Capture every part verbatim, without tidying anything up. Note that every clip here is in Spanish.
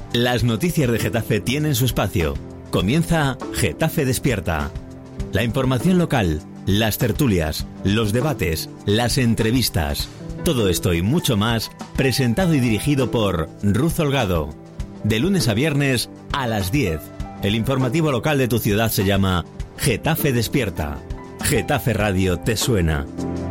Las noticias de Getafe tienen su espacio. Comienza Getafe Despierta. La información local, las tertulias, los debates, las entrevistas. Todo esto y mucho más, presentado y dirigido por Ruth Holgado. De lunes a viernes a las diez. El informativo local de tu ciudad se llama Getafe Despierta. Getafe Radio te suena.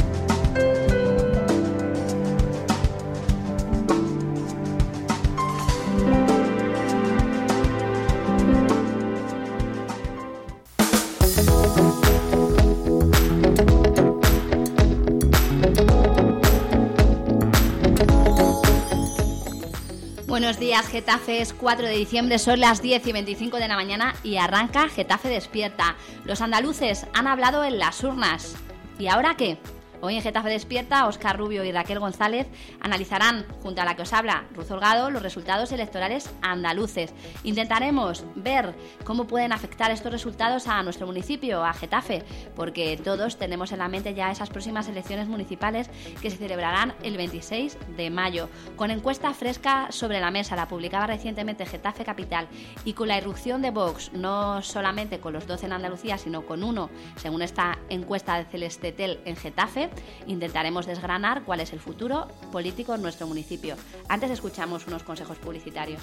Buenos días, Getafe, es cuatro de diciembre, son las diez y veinticinco de la mañana y arranca Getafe Despierta. Los andaluces han hablado en las urnas. ¿Y ahora qué? Hoy en Getafe Despierta, Óscar Rubio y Raquel González analizarán, junto a la que os habla Ruth Holgado, los resultados electorales andaluces. Intentaremos ver cómo pueden afectar estos resultados a nuestro municipio, a Getafe, porque todos tenemos en la mente ya esas próximas elecciones municipales que se celebrarán el veintiséis de mayo. Con encuesta fresca sobre la mesa, la publicaba recientemente Getafe Capital, y con la irrupción de Vox, no solamente con los doce en Andalucía, sino con uno, según esta encuesta de Celestetel en Getafe, intentaremos desgranar cuál es el futuro político en nuestro municipio. Antes escuchamos unos consejos publicitarios.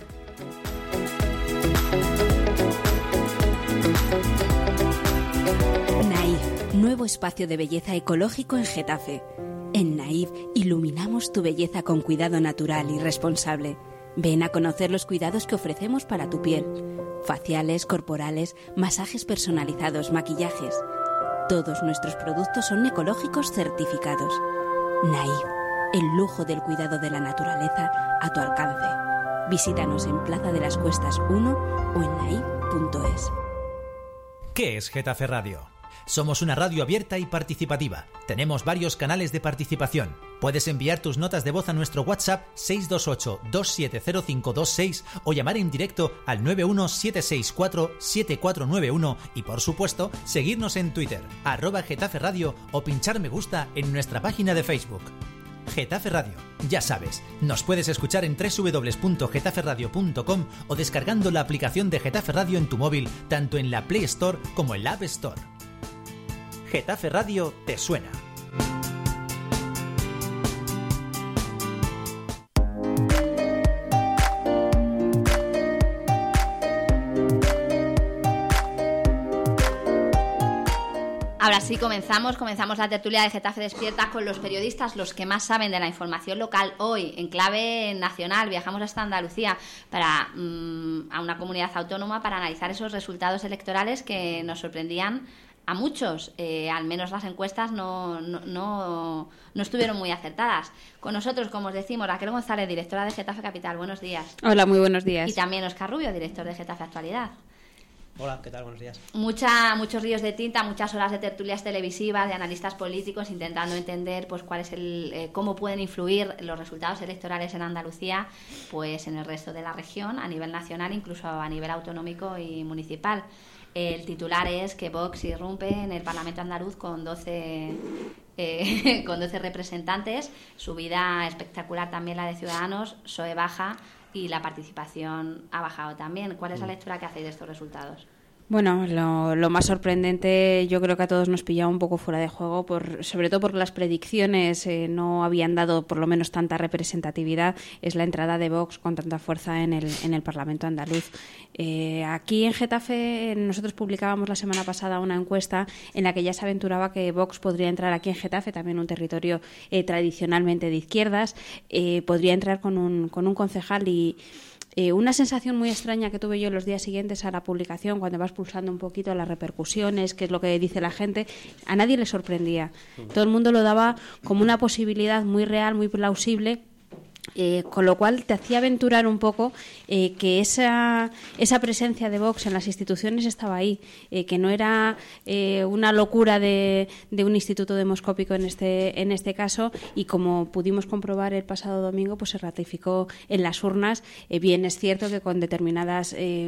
Naif, nuevo espacio de belleza ecológico en Getafe. En Naif iluminamos tu belleza con cuidado natural y responsable. Ven a conocer los cuidados que ofrecemos para tu piel. Faciales, corporales, masajes personalizados, maquillajes. Todos nuestros productos son ecológicos certificados. Naif, el lujo del cuidado de la naturaleza a tu alcance. Visítanos en Plaza de las Cuestas uno o en naif punto es. ¿Qué es Getafe Radio? Somos una radio abierta y participativa. Tenemos varios canales de participación. Puedes enviar tus notas de voz a nuestro WhatsApp seis dos ocho, dos siete cero cinco dos seis o llamar en directo al nueve uno siete seis cuatro siete cuatro nueve uno y, por supuesto, seguirnos en Twitter, arroba Getafe Radio, o pinchar me gusta en nuestra página de Facebook. Getafe Radio, ya sabes, nos puedes escuchar en doble u doble u doble u punto getafe radio punto com o descargando la aplicación de Getafe Radio en tu móvil, tanto en la Play Store como en la App Store. Getafe Radio te suena. Ahora sí, comenzamos, comenzamos la tertulia de Getafe Despierta con los periodistas, los que más saben de la información local. Hoy, en clave nacional, viajamos hasta Andalucía, para mmm, a una comunidad autónoma, para analizar esos resultados electorales que nos sorprendían a muchos. Eh, al menos las encuestas no, no, no, no estuvieron muy acertadas. Con nosotros, como os decimos, Raquel González, directora de Getafe Capital. Buenos días. Hola, muy buenos días. Y también Óscar Rubio, director de Getafe Actualidad. Hola, ¿qué tal? Buenos días. Mucha, muchos ríos de tinta, muchas horas de tertulias televisivas, de analistas políticos intentando entender pues cuál es el, eh, cómo pueden influir los resultados electorales en Andalucía pues en el resto de la región, a nivel nacional, incluso a nivel autonómico y municipal. El titular es que Vox irrumpe en el Parlamento andaluz con doce, eh, con doce representantes, subida espectacular también la de Ciudadanos, P S O E baja y la participación ha bajado también. ¿Cuál es la lectura que hacéis de estos resultados? Bueno, lo, lo más sorprendente, yo creo que a todos nos pillaba un poco fuera de juego, por, sobre todo porque las predicciones eh, no habían dado por lo menos tanta representatividad, es la entrada de Vox con tanta fuerza en el, en el Parlamento andaluz. Eh, aquí en Getafe nosotros publicábamos la semana pasada una encuesta en la que ya se aventuraba que Vox podría entrar aquí en Getafe, también un territorio eh, tradicionalmente de izquierdas, eh, podría entrar con un, con un concejal y... Eh, una sensación muy extraña que tuve yo los días siguientes a la publicación, cuando vas pulsando un poquito las repercusiones, qué es lo que dice la gente, a nadie le sorprendía. Todo el mundo lo daba como una posibilidad muy real, muy plausible. Eh, con lo cual te hacía aventurar un poco eh, que esa, esa presencia de Vox en las instituciones estaba ahí, eh, que no era eh, una locura de, de un instituto demoscópico en este, en este caso, y como pudimos comprobar el pasado domingo, pues se ratificó en las urnas. Eh, bien, es cierto que con determinadas eh,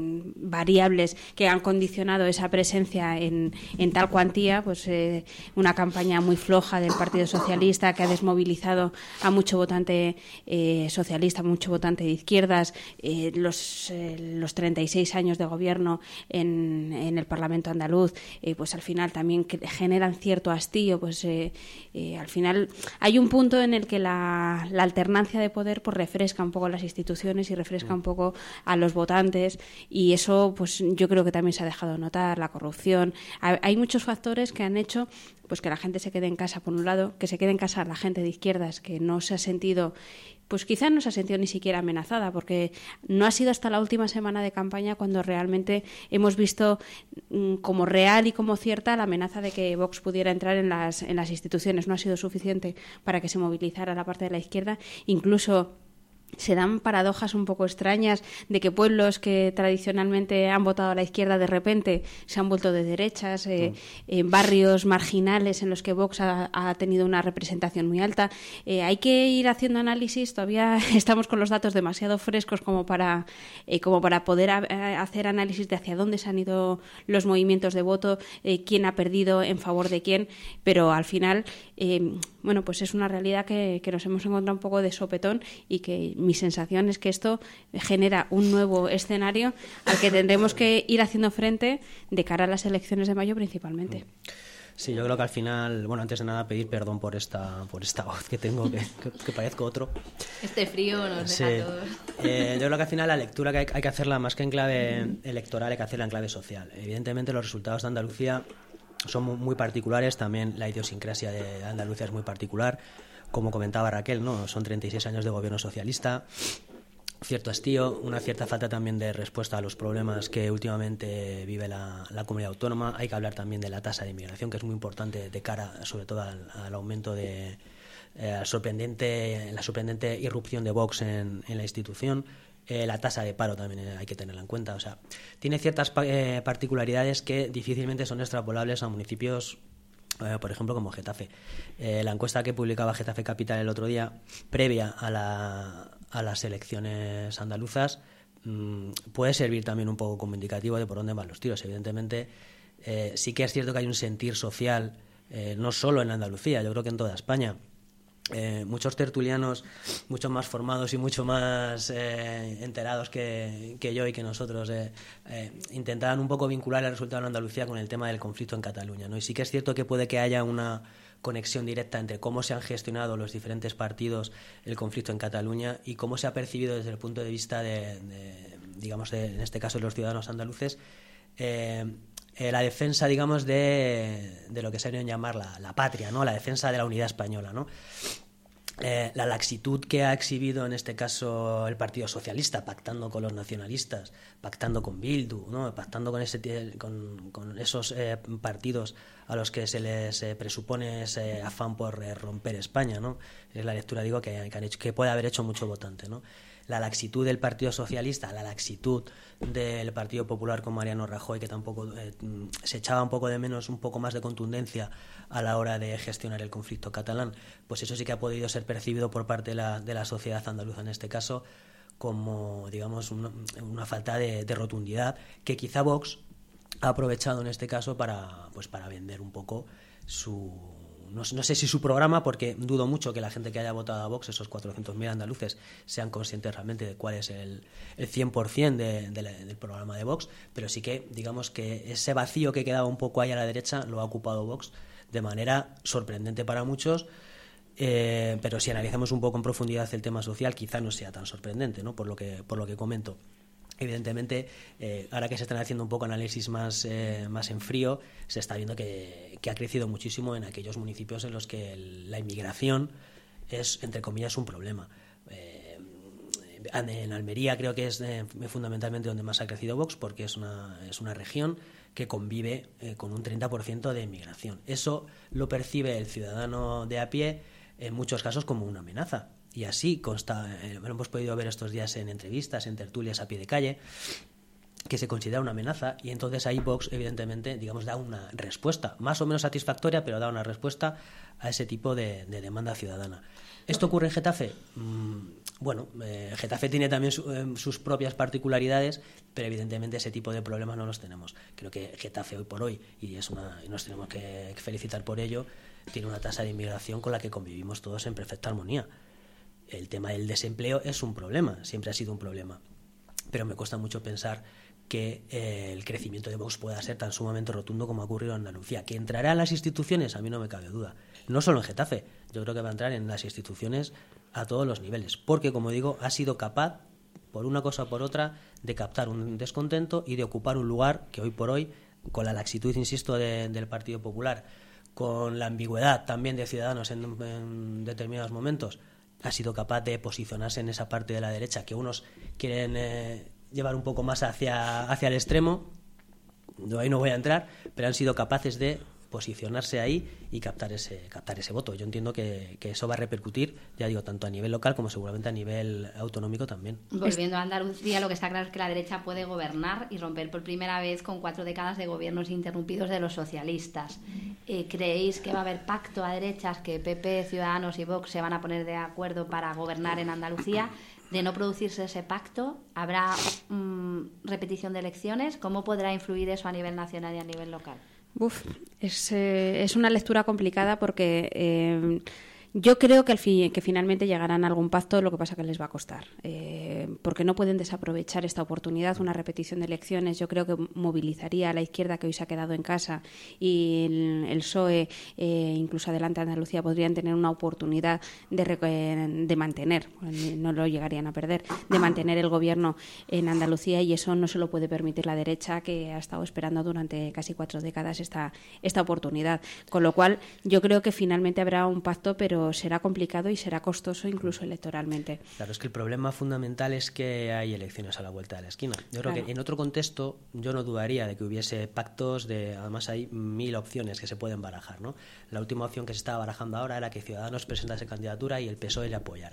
variables que han condicionado esa presencia en, en tal cuantía, pues eh, una campaña muy floja del Partido Socialista que ha desmovilizado a mucho votante eh, socialista, mucho votante de izquierdas, eh, los, eh, los treinta y seis años de gobierno en, en el Parlamento andaluz, eh, pues al final también que generan cierto hastío, pues eh, eh, al final hay un punto en el que la, la alternancia de poder pues refresca un poco las instituciones y refresca un poco a los votantes, y eso pues yo creo que también se ha dejado notar, la corrupción. Hay muchos factores que han hecho pues que la gente se quede en casa, por un lado, que se quede en casa la gente de izquierdas, que no se ha sentido, pues quizás no se ha sentido ni siquiera amenazada, porque no ha sido hasta la última semana de campaña cuando realmente hemos visto mmm, como real y como cierta la amenaza de que Vox pudiera entrar en las, en las instituciones. No ha sido suficiente para que se movilizara la parte de la izquierda, incluso se dan paradojas un poco extrañas de que pueblos que tradicionalmente han votado a la izquierda de repente se han vuelto de derechas, eh, eh, barrios marginales en los que Vox ha, ha tenido una representación muy alta. Eh, hay que ir haciendo análisis, todavía estamos con los datos demasiado frescos como para, eh, como para poder a, hacer análisis de hacia dónde se han ido los movimientos de voto, eh, quién ha perdido en favor de quién, pero al final, eh, bueno, pues es una realidad que, que nos hemos encontrado un poco de sopetón, y que mi sensación es que esto genera un nuevo escenario al que tendremos que ir haciendo frente de cara a las elecciones de mayo principalmente. Sí, yo creo que al final, bueno, antes de nada pedir perdón por esta por esta voz que tengo, que, que, que parezco otro. Este frío nos sí. deja a todos. Eh, yo creo que al final la lectura que hay, hay que hacerla más que en clave electoral, hay que hacerla en clave social. Evidentemente los resultados de Andalucía son muy, muy particulares, también la idiosincrasia de Andalucía es muy particular. Como comentaba Raquel, ¿no? Son treinta y seis años de gobierno socialista, cierto hastío, una cierta falta también de respuesta a los problemas que últimamente vive la, la comunidad autónoma. Hay que hablar también de la tasa de inmigración, que es muy importante de cara, sobre todo, al, al aumento de eh, sorprendente, la sorprendente irrupción de Vox en, en la institución. Eh, la tasa de paro también hay que tenerla en cuenta. O sea, tiene ciertas eh, particularidades que difícilmente son extrapolables a municipios, Eh, por ejemplo, como Getafe. Eh, la encuesta que publicaba Getafe Capital el otro día, previa a, la, a las elecciones andaluzas, mmm, puede servir también un poco como indicativo de por dónde van los tiros. Evidentemente, eh, sí que es cierto que hay un sentir social, eh, no solo en Andalucía, yo creo que en toda España. Eh, muchos tertulianos, mucho más formados y mucho más eh, enterados que, que yo y que nosotros eh, eh, intentaban un poco vincular el resultado en Andalucía con el tema del conflicto en Cataluña, ¿no? Y sí que es cierto que puede que haya una conexión directa entre cómo se han gestionado los diferentes partidos el conflicto en Cataluña y cómo se ha percibido desde el punto de vista de, de digamos, de, en este caso de los ciudadanos andaluces, eh, eh, la defensa, digamos, de, de lo que se ha llamar la, la patria, ¿no? La defensa de la unidad española, ¿no? Eh, la laxitud que ha exhibido en este caso el Partido Socialista, pactando con los nacionalistas, pactando con Bildu, ¿no? Pactando con, ese, con, con esos eh, partidos a los que se les eh, presupone ese afán por eh, romper España, ¿no? Es la lectura, digo, que, que, han hecho, que puede haber hecho mucho votante, ¿no? La laxitud del Partido Socialista, la laxitud del Partido Popular con Mariano Rajoy, que tampoco eh, se echaba un poco de menos, un poco más de contundencia a la hora de gestionar el conflicto catalán, pues eso sí que ha podido ser percibido por parte de la, de la sociedad andaluza en este caso como, digamos, una, una falta de, de rotundidad que quizá Vox ha aprovechado en este caso para, pues para vender un poco su... No, no sé si su programa, porque dudo mucho que la gente que haya votado a Vox, esos cuatrocientos mil andaluces, sean conscientes realmente de cuál es el, el cien por ciento de, de la, del programa de Vox, pero sí que, digamos que ese vacío que quedaba un poco ahí a la derecha lo ha ocupado Vox de manera sorprendente para muchos, eh, pero si analizamos un poco en profundidad el tema social, quizá no sea tan sorprendente, ¿no? Por lo que, por lo que comento. Evidentemente, eh, ahora que se están haciendo un poco análisis más, eh, más en frío, se está viendo que, que ha crecido muchísimo en aquellos municipios en los que el, la inmigración es, entre comillas, un problema. Eh, en Almería creo que es eh, fundamentalmente donde más ha crecido Vox, porque es una, es una región que convive eh, con un treinta por ciento de inmigración. Eso lo percibe el ciudadano de a pie en muchos casos como una amenaza. Y así consta, eh, lo hemos podido ver estos días en entrevistas, en tertulias a pie de calle, que se considera una amenaza, y entonces ahí Vox, evidentemente, digamos, da una respuesta, más o menos satisfactoria, pero da una respuesta a ese tipo de, de demanda ciudadana. ¿Esto ocurre en Getafe? Mm, bueno, eh, Getafe tiene también su, eh, sus propias particularidades, pero evidentemente ese tipo de problemas no los tenemos. Creo que Getafe hoy por hoy, y es una, y nos tenemos que felicitar por ello, tiene una tasa de inmigración con la que convivimos todos en perfecta armonía. el tema del desempleo es un problema, siempre ha sido un problema. Pero me cuesta mucho pensar que eh, el crecimiento de Vox pueda ser tan sumamente rotundo como ha ocurrido en Andalucía. ¿Que entrará en las instituciones? A mí no me cabe duda. No solo en Getafe, yo creo que va a entrar en las instituciones a todos los niveles, porque, como digo, ha sido capaz, por una cosa o por otra, de captar un descontento y de ocupar un lugar que hoy por hoy, con la laxitud, insisto, de, del Partido Popular, con la ambigüedad también de Ciudadanos en, en determinados momentos, ha sido capaz de posicionarse en esa parte de la derecha que unos quieren eh, llevar un poco más hacia, hacia el extremo. Yo ahí no voy a entrar, pero han sido capaces de posicionarse ahí y captar ese captar ese voto. Yo entiendo que, que eso va a repercutir, ya digo, tanto a nivel local como seguramente a nivel autonómico también. Volviendo a Andalucía, lo que está claro es que la derecha puede gobernar y romper por primera vez con cuatro décadas de gobiernos interrumpidos de los socialistas. Eh, ¿Creéis que va a haber pacto a derechas, que P P, Ciudadanos y Vox se van a poner de acuerdo para gobernar en Andalucía? De no producirse ese pacto, ¿habrá mmm, repetición de elecciones? ¿Cómo podrá influir eso a nivel nacional y a nivel local? Uf, es, eh, es una lectura complicada porque eh, yo creo que, al fin, que finalmente llegarán a algún pacto, lo que pasa que les va a costar, eh, porque no pueden desaprovechar esta oportunidad. Una repetición de elecciones yo creo que movilizaría a la izquierda, que hoy se ha quedado en casa, y el, el P S O E, eh, incluso Adelante Andalucía, podrían tener una oportunidad de, de mantener, no lo llegarían a perder, de mantener el gobierno en Andalucía, y eso no se lo puede permitir la derecha, que ha estado esperando durante casi cuatro décadas esta, esta oportunidad. Con lo cual yo creo que finalmente habrá un pacto, pero será complicado y será costoso incluso electoralmente. Claro, es que el problema fundamental es que hay elecciones a la vuelta de la esquina. Yo creo claro. que en otro contexto yo no dudaría de que hubiese pactos, de además hay mil opciones que se pueden barajar, ¿no? La última opción que se estaba barajando ahora era que Ciudadanos presentase candidatura y el P S O E le apoyara.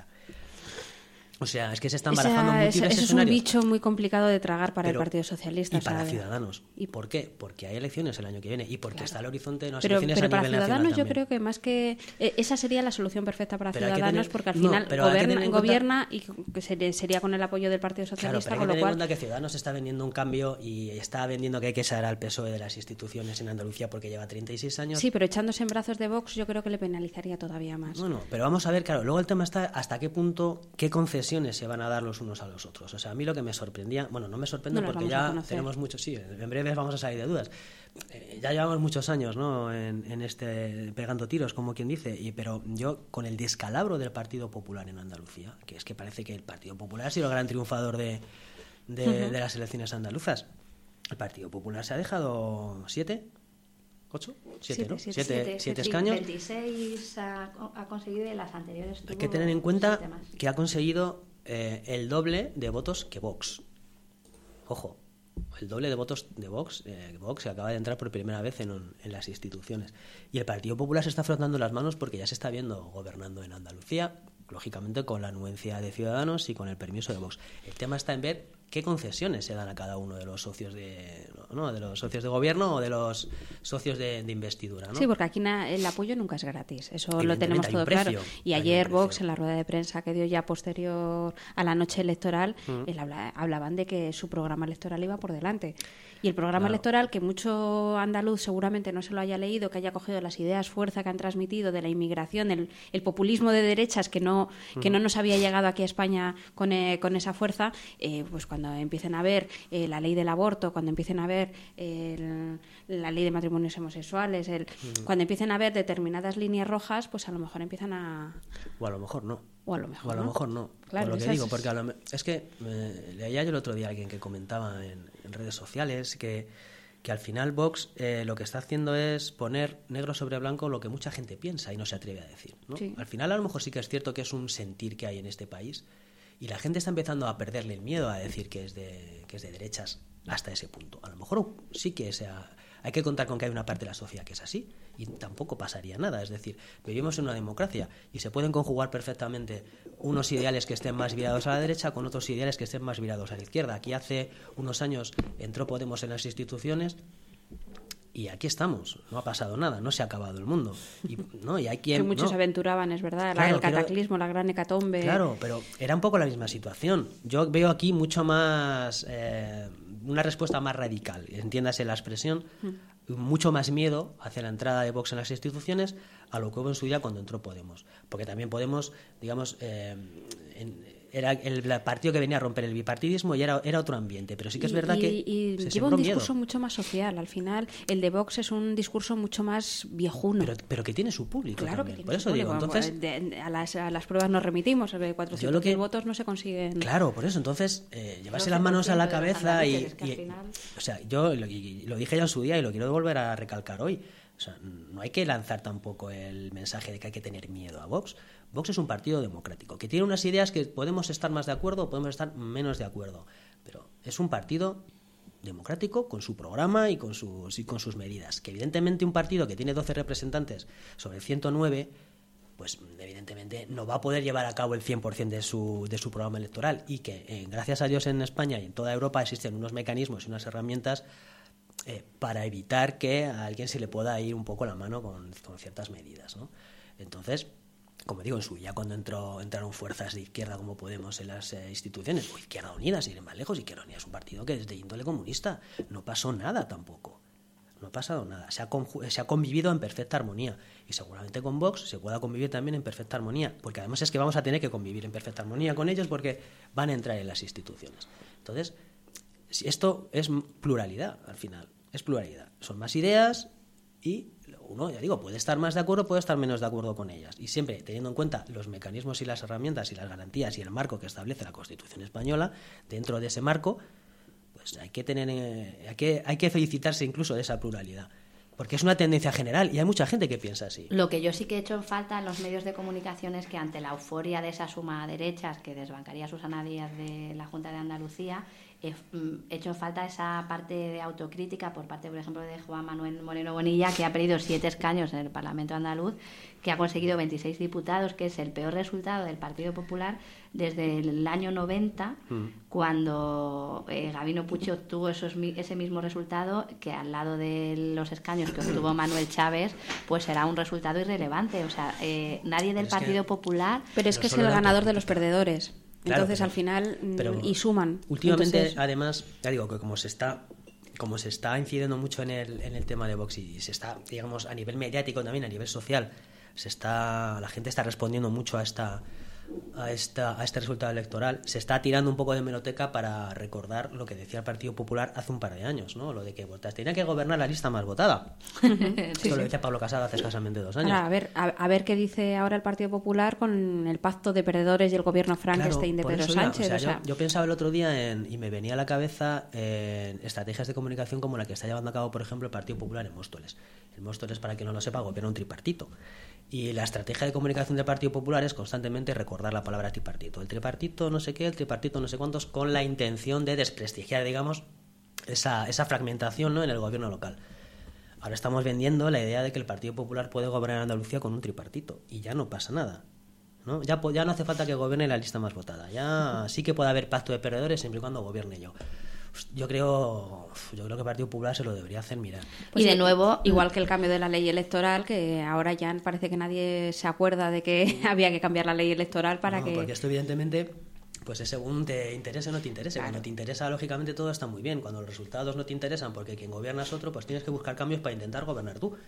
O sea, es que se están barajando Esa, múltiples ese escenarios. Es un bicho muy complicado de tragar para pero, el Partido Socialista. Y para ¿sabe? Ciudadanos. ¿Y por qué? Porque hay elecciones el año que viene y porque claro. está el horizonte de unas pero, elecciones pero a nivel para Ciudadanos nacional yo también. creo que más que... Eh, esa sería la solución perfecta para pero Ciudadanos, tener, porque al no, final gobierna, gobierna y que se, sería con el apoyo del Partido Socialista. Claro, pero hay con que lo tener cual... en cuenta que Ciudadanos está vendiendo un cambio y está vendiendo que hay que sacar al P S O E de las instituciones en Andalucía porque lleva treinta y seis años. Sí, pero echándose en brazos de Vox yo creo que le penalizaría todavía más. Bueno, pero vamos a ver, claro, luego el tema está hasta qué punto, qué concesiones se van a dar los unos a los otros. O sea, a mí lo que me sorprendía, bueno, no me sorprende no porque ya tenemos muchos, sí, en breve vamos a salir de dudas. Eh, ya llevamos muchos años, ¿no? En, en este pegando tiros, como quien dice, y pero yo con el descalabro del Partido Popular en Andalucía, que es que parece que el Partido Popular ha sido el gran triunfador de, de, uh-huh. de las elecciones andaluzas. El Partido Popular se ha dejado siete, ocho, siete, siete, ¿no? Siete, siete, siete, siete sí, escaños. veintiséis ha, ha conseguido y las anteriores tuvo. Hay que tener en cuenta que ha conseguido Eh, el doble de votos que Vox. Ojo, el doble de votos de Vox. Eh, Vox se acaba de entrar por primera vez en, un, en las instituciones. Y el Partido Popular se está frotando las manos porque ya se está viendo gobernando en Andalucía, lógicamente con la anuencia de Ciudadanos y con el permiso de Vox. El tema está en ver qué concesiones se dan a cada uno de los socios de, ¿no? de los socios de gobierno o de los socios de, de investidura, ¿no? Sí, porque aquí na, el apoyo nunca es gratis, eso lo tenemos todo claro. Y hay ayer Vox, en la rueda de prensa que dio ya posterior a la noche electoral, uh-huh. él habla, hablaban de que su programa electoral iba por delante. Y el programa claro. electoral, que mucho andaluz seguramente no se lo haya leído, que haya cogido las ideas fuerza que han transmitido de la inmigración, el, el populismo de derechas que no, uh-huh. que no nos había llegado aquí a España con, eh, con esa fuerza, eh, pues cuando empiecen a ver eh, la ley del aborto, cuando empiecen a ver eh, el, la ley de matrimonios homosexuales, el, uh-huh. cuando empiecen a ver determinadas líneas rojas, pues a lo mejor empiezan a... O a lo mejor no. O a lo mejor o a lo no. Mejor no. Claro, por lo que digo, es... porque a lo, es que eh, leía yo el otro día a alguien que comentaba en, en redes sociales que, que al final Vox eh, lo que está haciendo es poner negro sobre blanco lo que mucha gente piensa y no se atreve a decir, ¿no? Sí. Al final a lo mejor sí que es cierto que es un sentir que hay en este país y la gente está empezando a perderle el miedo a decir que es de, que es de derechas hasta ese punto. A lo mejor sí que sea... Hay que contar con que hay una parte de la sociedad que es así y tampoco pasaría nada. Es decir, vivimos en una democracia y se pueden conjugar perfectamente unos ideales que estén más virados a la derecha con otros ideales que estén más virados a la izquierda. Aquí hace unos años entró Podemos en las instituciones y aquí estamos. No ha pasado nada, no se ha acabado el mundo. Y, ¿no? y hay quien, que muchos ¿no? aventuraban, es verdad, claro, el cataclismo, pero, la gran hecatombe. Claro, pero era un poco la misma situación. Yo veo aquí mucho más... Eh, una respuesta más radical, entiéndase la expresión, mucho más miedo hacia la entrada de Vox en las instituciones a lo que hubo en su día cuando entró Podemos. Porque también Podemos, digamos, eh, en, era el partido que venía a romper el bipartidismo y era, era otro ambiente. Pero sí que es verdad y, que y se lleva un discurso miedo. mucho más social. Al final, el de Vox es un discurso mucho más viejuno. Pero, pero que tiene su público Claro también. que tiene por eso su digo, público. entonces... De, de, a, las, a las pruebas nos remitimos. cuatrocientos mil que, votos no se consiguen... Claro, por eso. Entonces, eh, llevarse las manos a la cabeza y... Es que y al final... O sea, yo lo, lo dije ya en su día y lo quiero volver a recalcar hoy. O sea, no hay que lanzar tampoco el mensaje de que hay que tener miedo a Vox. Vox es un partido democrático, que tiene unas ideas que podemos estar más de acuerdo o podemos estar menos de acuerdo, pero es un partido democrático con su programa y con sus, y con sus medidas. Que evidentemente un partido que tiene doce representantes sobre ciento nueve, pues evidentemente no va a poder llevar a cabo el cien por ciento de su, de su programa electoral, y que eh, gracias a Dios en España y en toda Europa existen unos mecanismos y unas herramientas eh, para evitar que a alguien se le pueda ir un poco la mano con, con ciertas medidas, ¿no? Entonces, como digo, en su día cuando entró, entraron fuerzas de izquierda como Podemos en las eh, instituciones, o Izquierda Unida, sin ir más lejos, Izquierda Unida es un partido que es de índole comunista, no pasó nada tampoco, no ha pasado nada, se ha, conju- se ha convivido en perfecta armonía, y seguramente con Vox se pueda convivir también en perfecta armonía, porque además es que vamos a tener que convivir en perfecta armonía con ellos porque van a entrar en las instituciones. Entonces, si esto es pluralidad al final, es pluralidad, son más ideas y uno, ya digo, puede estar más de acuerdo, puede estar menos de acuerdo con ellas. Y siempre teniendo en cuenta los mecanismos y las herramientas y las garantías y el marco que establece la Constitución española, dentro de ese marco, pues hay que tener, eh, hay que, hay que felicitarse incluso de esa pluralidad. Porque es una tendencia general y hay mucha gente que piensa así. Lo que yo sí que he hecho en falta en los medios de comunicación es que ante la euforia de esa suma a derechas que desbancaría a Susana Díaz de la Junta de Andalucía, he hecho en falta esa parte de autocrítica por parte, por ejemplo, de Juan Manuel Moreno Bonilla, que ha perdido siete escaños en el Parlamento andaluz, que ha conseguido veintiséis diputados, que es el peor resultado del Partido Popular desde el año noventa, mm. cuando eh, Gabino Puig obtuvo esos, ese mismo resultado, que al lado de los escaños que obtuvo Manuel Chávez, pues será un resultado irrelevante. O sea, eh, nadie del Partido que, Popular... Pero es que es el ganador de los perdedores. Claro, entonces, pero, al final, pero y suman. Últimamente, entonces... además, ya digo que como se está como se está incidiendo mucho en el, en el tema de Vox y se está, digamos, a nivel mediático también, a nivel social, se está la gente está respondiendo mucho a esta a esta a este resultado electoral, se está tirando un poco de hemeroteca para recordar lo que decía el Partido Popular hace un par de años, ¿no? Lo de que votas tenía que gobernar la lista más votada. sí, Esto sí. lo decía Pablo Casado hace escasamente dos años. Ahora, a ver a, a ver qué dice ahora el Partido Popular con el pacto de perdedores y el gobierno Frankenstein claro, de Pedro Sánchez. O sea, o sea... Yo, yo pensaba el otro día en, y me venía a la cabeza en estrategias de comunicación como la que está llevando a cabo, por ejemplo, el Partido Popular en Móstoles. El Móstoles, para quien no lo sepa, gobierna un tripartito. Y la estrategia de comunicación del Partido Popular es constantemente recordar la palabra tripartito. El tripartito no sé qué, el tripartito no sé cuántos, con la intención de desprestigiar, digamos, esa, esa fragmentación, ¿no?, en el gobierno local. Ahora estamos vendiendo la idea de que el Partido Popular puede gobernar Andalucía con un tripartito. Y ya no pasa nada, ¿no? Ya, ya no hace falta que gobierne la lista más votada. Ya sí que puede haber pacto de perdedores siempre y cuando gobierne yo. Yo creo, yo creo que el Partido Popular se lo debería hacer mirar. Pues y de nuevo, igual que el cambio de la ley electoral, que ahora ya parece que nadie se acuerda de que había que cambiar la ley electoral para no, que... porque esto evidentemente pues es según te interese o no te interese. Claro. Cuando te interesa, lógicamente todo está muy bien. Cuando los resultados no te interesan porque quien gobierna es otro, pues tienes que buscar cambios para intentar gobernar tú.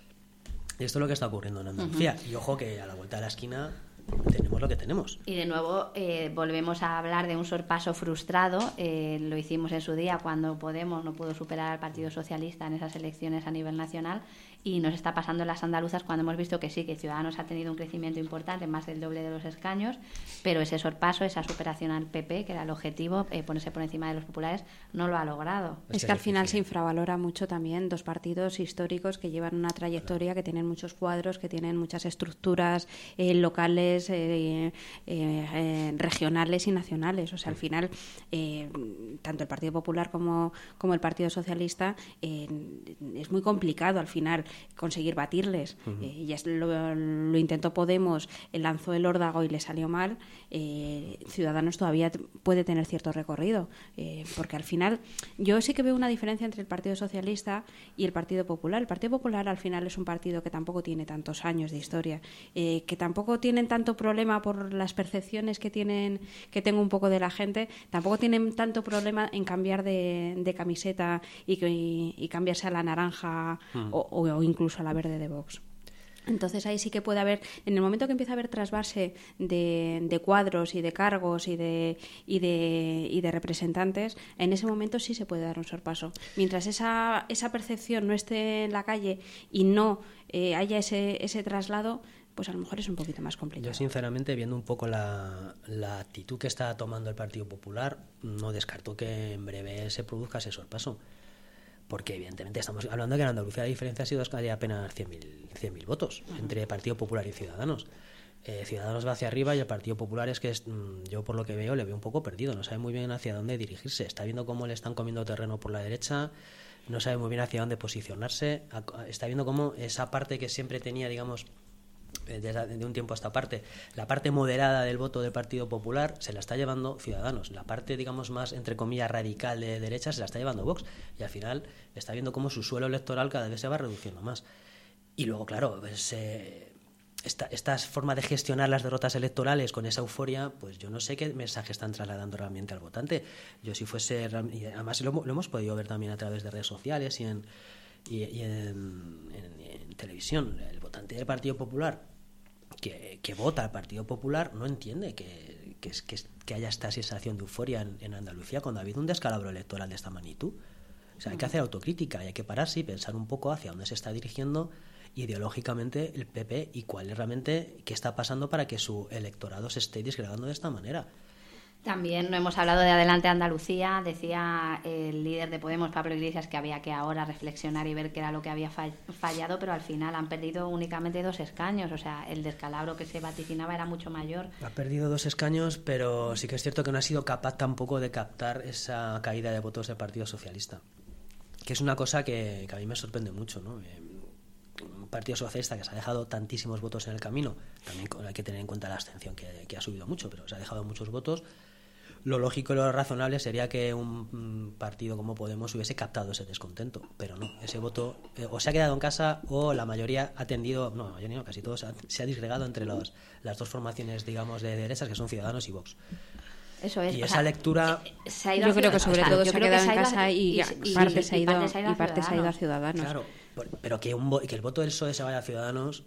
Y esto es lo que está ocurriendo en Andalucía. Uh-huh. Y ojo que a la vuelta de la esquina tenemos lo que tenemos. Y de nuevo eh, volvemos a hablar de un sorpaso frustrado. Eh, lo hicimos en su día cuando Podemos no pudo superar al Partido Socialista en esas elecciones a nivel nacional, y nos está pasando en las andaluzas cuando hemos visto que sí, que Ciudadanos ha tenido un crecimiento importante, más del doble de los escaños, pero ese sorpaso, esa superación al P P, que era el objetivo, eh, ponerse por encima de los populares, no lo ha logrado. Es, es que al final se infravalora mucho también dos partidos históricos que llevan una trayectoria, que tienen muchos cuadros, que tienen muchas estructuras eh, locales, eh, eh, eh, regionales y nacionales. O sea, al final, eh, tanto el Partido Popular como, como el Partido Socialista, eh, es muy complicado al final conseguir batirles. Uh-huh. Eh, ya lo, lo intentó Podemos, lanzó el órdago y le salió mal. Eh, Ciudadanos todavía t- puede tener cierto recorrido, eh, porque al final yo sí que veo una diferencia entre el Partido Socialista y el Partido Popular. El Partido Popular al final es un partido que tampoco tiene tantos años de historia, eh, que tampoco tienen tanto problema por las percepciones que tienen, que tengo un poco de la gente, tampoco tienen tanto problema en cambiar de, de camiseta y, y, y cambiarse a la naranja mm. o, o incluso a la verde de Vox. Entonces ahí sí que puede haber, en el momento que empieza a haber trasvase de, de cuadros y de cargos y de, y, de, y de representantes, en ese momento sí se puede dar un sorpaso. Mientras esa, esa percepción no esté en la calle y no eh, haya ese, ese traslado, pues a lo mejor es un poquito más complicado. Yo sinceramente, viendo un poco la, la actitud que está tomando el Partido Popular, no descarto que en breve se produzca ese sorpaso. Porque evidentemente estamos hablando de que en Andalucía la diferencia ha sido de apenas cien mil votos uh-huh. entre Partido Popular y Ciudadanos. Eh, Ciudadanos va hacia arriba y el Partido Popular es que es, yo por lo que veo le veo un poco perdido, no sabe muy bien hacia dónde dirigirse, está viendo cómo le están comiendo terreno por la derecha, no sabe muy bien hacia dónde posicionarse, está viendo cómo esa parte que siempre tenía, digamos, de un tiempo a esta parte, la parte moderada del voto del Partido Popular se la está llevando Ciudadanos, la parte, digamos, más, entre comillas, radical de derecha se la está llevando Vox, y al final está viendo cómo su suelo electoral cada vez se va reduciendo más. Y luego, claro, pues, eh, esta, esta forma de gestionar las derrotas electorales con esa euforia, pues yo no sé qué mensaje están trasladando realmente al votante. Yo si fuese, y además lo, lo hemos podido ver también a través de redes sociales y en, y, y en, en, en televisión, el votante del Partido Popular Que, que vota al Partido Popular no entiende que, que, que, que haya esta sensación de euforia en, en Andalucía cuando ha habido un descalabro electoral de esta magnitud. O sea, hay que hacer autocrítica y hay que pararse y pensar un poco hacia dónde se está dirigiendo ideológicamente el P P y cuál es realmente qué está pasando para que su electorado se esté disgregando de esta manera. También no hemos hablado de Adelante Andalucía. Decía el líder de Podemos, Pablo Iglesias, que había que ahora reflexionar y ver qué era lo que había fallado, pero al final han perdido únicamente dos escaños. O sea, el descalabro que se vaticinaba era mucho mayor. Ha perdido dos escaños, pero sí que es cierto que no ha sido capaz tampoco de captar esa caída de votos del Partido Socialista, que es una cosa que, que a mí me sorprende mucho, ¿no? Un Partido Socialista que se ha dejado tantísimos votos en el camino, también hay que tener en cuenta la abstención que, que ha subido mucho, pero se ha dejado muchos votos. Lo lógico y lo razonable sería que un partido como Podemos hubiese captado ese descontento, pero no, ese voto eh, o se ha quedado en casa o la mayoría ha tendido, no, la mayoría no, casi todo se ha, se ha disgregado entre los, las dos formaciones, digamos, de derechas, que son Ciudadanos y Vox. Eso es. Y o esa sea, lectura... Se ha ido yo creo que sobre o sea, todo se ha quedado en casa y, y, y parte se ha ido, parte se ha ido, y parte se ha ido a Ciudadanos. Claro, pero que, un, que el voto del P S O E se vaya a Ciudadanos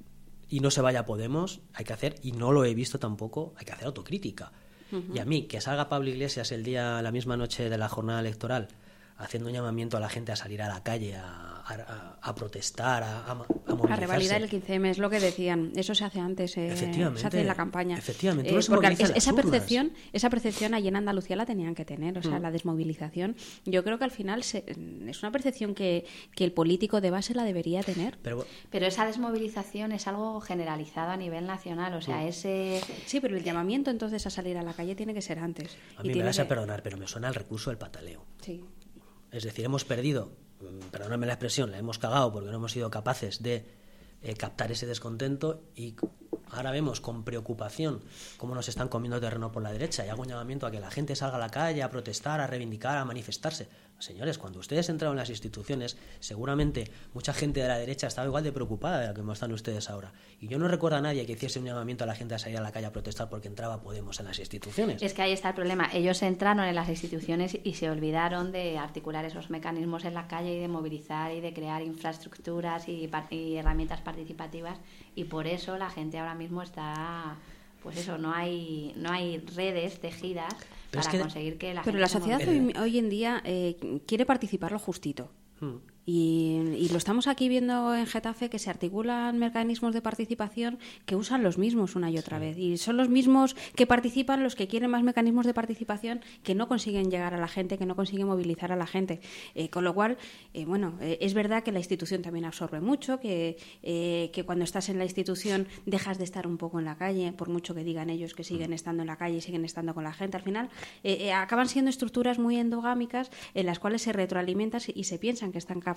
y no se vaya a Podemos, hay que hacer, y no lo he visto tampoco, hay que hacer autocrítica. Uh-huh. Y a mí, que salga Pablo Iglesias el día, la misma noche de la jornada electoral, haciendo un llamamiento a la gente a salir a la calle, a, a, a protestar, a, a, a movilizarse. A revalidar el quince eme, es lo que decían. Eso se hace antes, eh, se hace en la campaña. Efectivamente. Eh, porque es, esa percepción esa percepción allí en Andalucía la tenían que tener, o sea, mm. la desmovilización. Yo creo que al final se, es una percepción que, que el político de base la debería tener. Pero, pero esa desmovilización es algo generalizado a nivel nacional, o sea, mm. ese... Sí, pero el llamamiento entonces a salir a la calle tiene que ser antes. A mí y me vas que... a perdonar, pero me suena el recurso del pataleo. Sí. Es decir, hemos perdido, perdóname la expresión, la hemos cagado porque no hemos sido capaces de eh, captar ese descontento y ahora vemos con preocupación cómo nos están comiendo terreno por la derecha y hago un llamamiento a que la gente salga a la calle a protestar, a reivindicar, a manifestarse. Señores, cuando ustedes entraron en las instituciones, seguramente mucha gente de la derecha estaba igual de preocupada de lo que están ustedes ahora. Y yo no recuerdo a nadie que hiciese un llamamiento a la gente a salir a la calle a protestar porque entraba Podemos en las instituciones. Es que ahí está el problema. Ellos entraron en las instituciones y se olvidaron de articular esos mecanismos en la calle y de movilizar y de crear infraestructuras y, y herramientas participativas. Y por eso la gente ahora mismo está... Pues eso, no hay no hay redes tejidas pero para es que, conseguir que la pero gente... Pero la sociedad hoy, hoy en día eh, quiere participar lo justito. Hmm. Y, y lo estamos aquí viendo en Getafe, que se articulan mecanismos de participación que usan los mismos una y otra sí. vez. Y son los mismos que participan los que quieren más mecanismos de participación que no consiguen llegar a la gente, que no consiguen movilizar a la gente. Eh, con lo cual, eh, bueno, eh, es verdad que la institución también absorbe mucho, que, eh, que cuando estás en la institución dejas de estar un poco en la calle, por mucho que digan ellos que siguen estando en la calle y siguen estando con la gente. Al final, eh, eh, acaban siendo estructuras muy endogámicas en las cuales se retroalimentan y se piensan que están cap-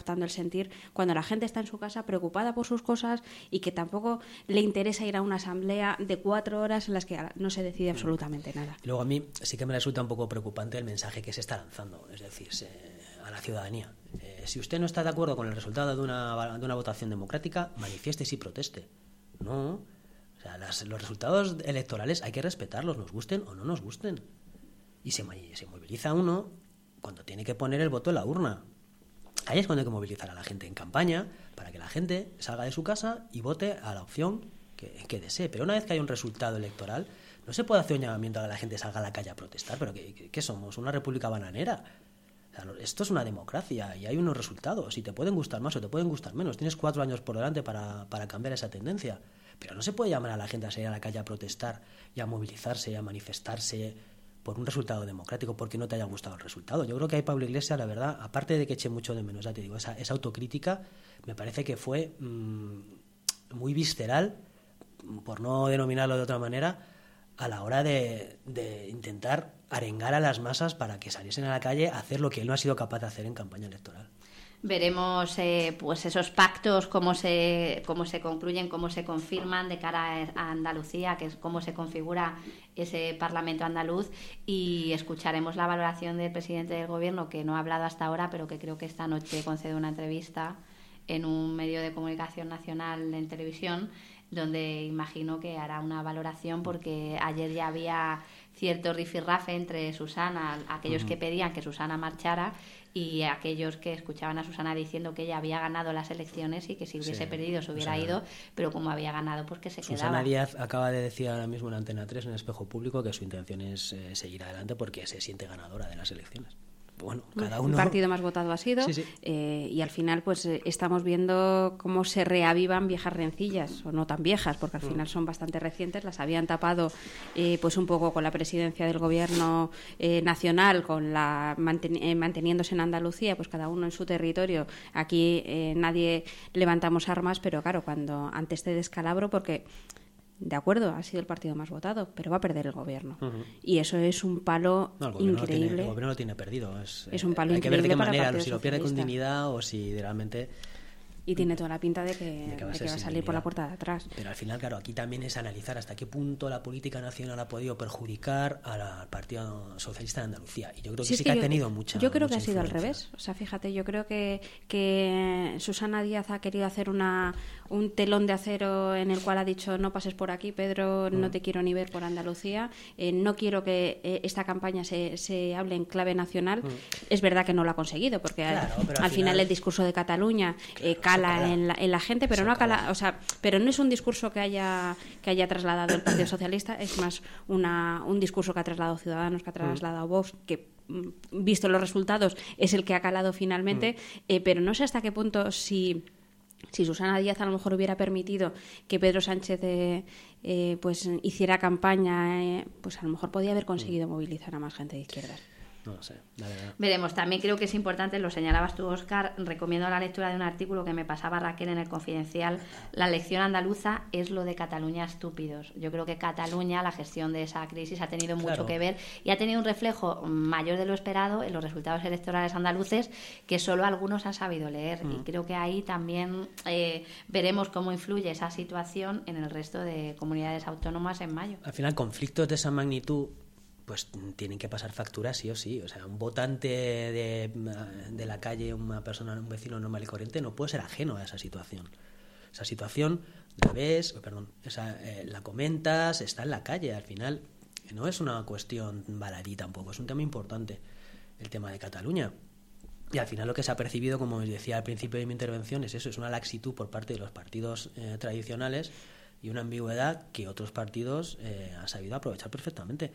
captando el sentir cuando la gente está en su casa preocupada por sus cosas y que tampoco le interesa ir a una asamblea de cuatro horas en las que no se decide absolutamente nada. Y luego a mí sí que me resulta un poco preocupante el mensaje que se está lanzando, es decir, se, a la ciudadanía. Eh, si usted no está de acuerdo con el resultado de una, de una votación democrática, manifieste y proteste. No, o sea, las, los resultados electorales hay que respetarlos, nos gusten o no nos gusten. Y se, se moviliza uno cuando tiene que poner el voto en la urna. Ahí es cuando hay que movilizar a la gente en campaña para que la gente salga de su casa y vote a la opción que, que desee. Pero una vez que hay un resultado electoral, no se puede hacer un llamamiento a que la gente salga a la calle a protestar. ¿Pero qué, qué somos? ¿Una república bananera? O sea, esto es una democracia y hay unos resultados y te pueden gustar más o te pueden gustar menos. Tienes cuatro años por delante para, para cambiar esa tendencia. Pero no se puede llamar a la gente a salir a la calle a protestar y a movilizarse y a manifestarse por un resultado democrático porque no te haya gustado el resultado. Yo creo que ahí Pablo Iglesias, la verdad, aparte de que eche mucho de menos, ya te digo, esa, esa autocrítica me parece que fue mmm, muy visceral, por no denominarlo de otra manera, a la hora de, de intentar arengar a las masas para que saliesen a la calle a hacer lo que él no ha sido capaz de hacer en campaña electoral. Veremos eh, pues esos pactos, cómo se, cómo se concluyen, cómo se confirman de cara a Andalucía, que es cómo se configura ese Parlamento andaluz, y escucharemos la valoración del presidente del Gobierno, que no ha hablado hasta ahora, pero que creo que esta noche concede una entrevista en un medio de comunicación nacional en televisión, donde imagino que hará una valoración, porque ayer ya había cierto rifirrafe entre Susana, aquellos que pedían que Susana marchara, y aquellos que escuchaban a Susana diciendo que ella había ganado las elecciones y que si hubiese sí, perdido se hubiera Susana, ido, pero como había ganado, pues que se Susana quedaba. Susana Díaz acaba de decir ahora mismo en Antena tres, en el Espejo Público, que su intención es eh, seguir adelante porque se siente ganadora de las elecciones. Bueno, cada uno... El partido más votado ha sido sí, sí. Eh, y al final pues eh, estamos viendo cómo se reavivan viejas rencillas, o no tan viejas, porque al final son bastante recientes. Las habían tapado eh, pues un poco con la presidencia del gobierno eh, nacional, con la manten- eh, manteniéndose en Andalucía, pues cada uno en su territorio. Aquí eh, nadie levantamos armas, pero claro, cuando ante este descalabro, porque... De acuerdo, ha sido el partido más votado, pero va a perder el gobierno. Uh-huh. Y eso es un palo no, el increíble. Lo tiene, el gobierno lo tiene perdido. Es, es un palo eh, hay increíble. Hay que ver de qué para manera, si lo pierde con dignidad o si realmente... Y tiene toda la pinta de que, de que va, de que va a salir por la puerta de atrás. Pero al final, claro, aquí también es analizar hasta qué punto la política nacional ha podido perjudicar al Partido Socialista de Andalucía. Y yo creo que sí, sí que, que yo, ha tenido mucha Yo creo mucha que ha sido influencia. al revés. O sea, fíjate, yo creo que, que Susana Díaz ha querido hacer una un telón de acero en el cual ha dicho: no pases por aquí, Pedro, no mm. te quiero ni ver por Andalucía, eh, no quiero que eh, esta campaña se, se hable en clave nacional. Mm. Es verdad que no lo ha conseguido, porque claro, al, al final, final el discurso de Cataluña claro, eh, cala en la, en la gente, pero no cala, o sea, pero no es un discurso que haya que haya trasladado el Partido Socialista, es más una un discurso que ha trasladado Ciudadanos, que ha trasladado Vox, que visto los resultados es el que ha calado finalmente, mm. eh, pero no sé hasta qué punto si si Susana Díaz a lo mejor hubiera permitido que Pedro Sánchez eh, eh, pues hiciera campaña, eh, pues a lo mejor podía haber conseguido mm. movilizar a más gente de izquierdas. No lo sé, la verdad. Veremos. También creo que es importante, lo señalabas tú, Óscar, recomiendo la lectura de un artículo que me pasaba Raquel en El Confidencial. La lección andaluza es lo de Cataluña estúpidos. Yo creo que Cataluña, la gestión de esa crisis ha tenido mucho claro. que ver y ha tenido un reflejo mayor de lo esperado en los resultados electorales andaluces, que solo algunos han sabido leer. Mm. Y creo que ahí también eh, veremos cómo influye esa situación en el resto de comunidades autónomas en mayo. Al final, conflictos de esa magnitud pues tienen que pasar facturas sí o sí. O sea, un votante de, de la calle, una persona, un vecino normal y corriente, no puede ser ajeno a esa situación. Esa situación la ves, perdón, esa, eh, la comentas, está en la calle. Al final no es una cuestión baladí tampoco, es un tema importante, el tema de Cataluña. Y al final lo que se ha percibido, como os decía al principio de mi intervención, es eso, es una laxitud por parte de los partidos eh, tradicionales y una ambigüedad que otros partidos eh, han sabido aprovechar perfectamente.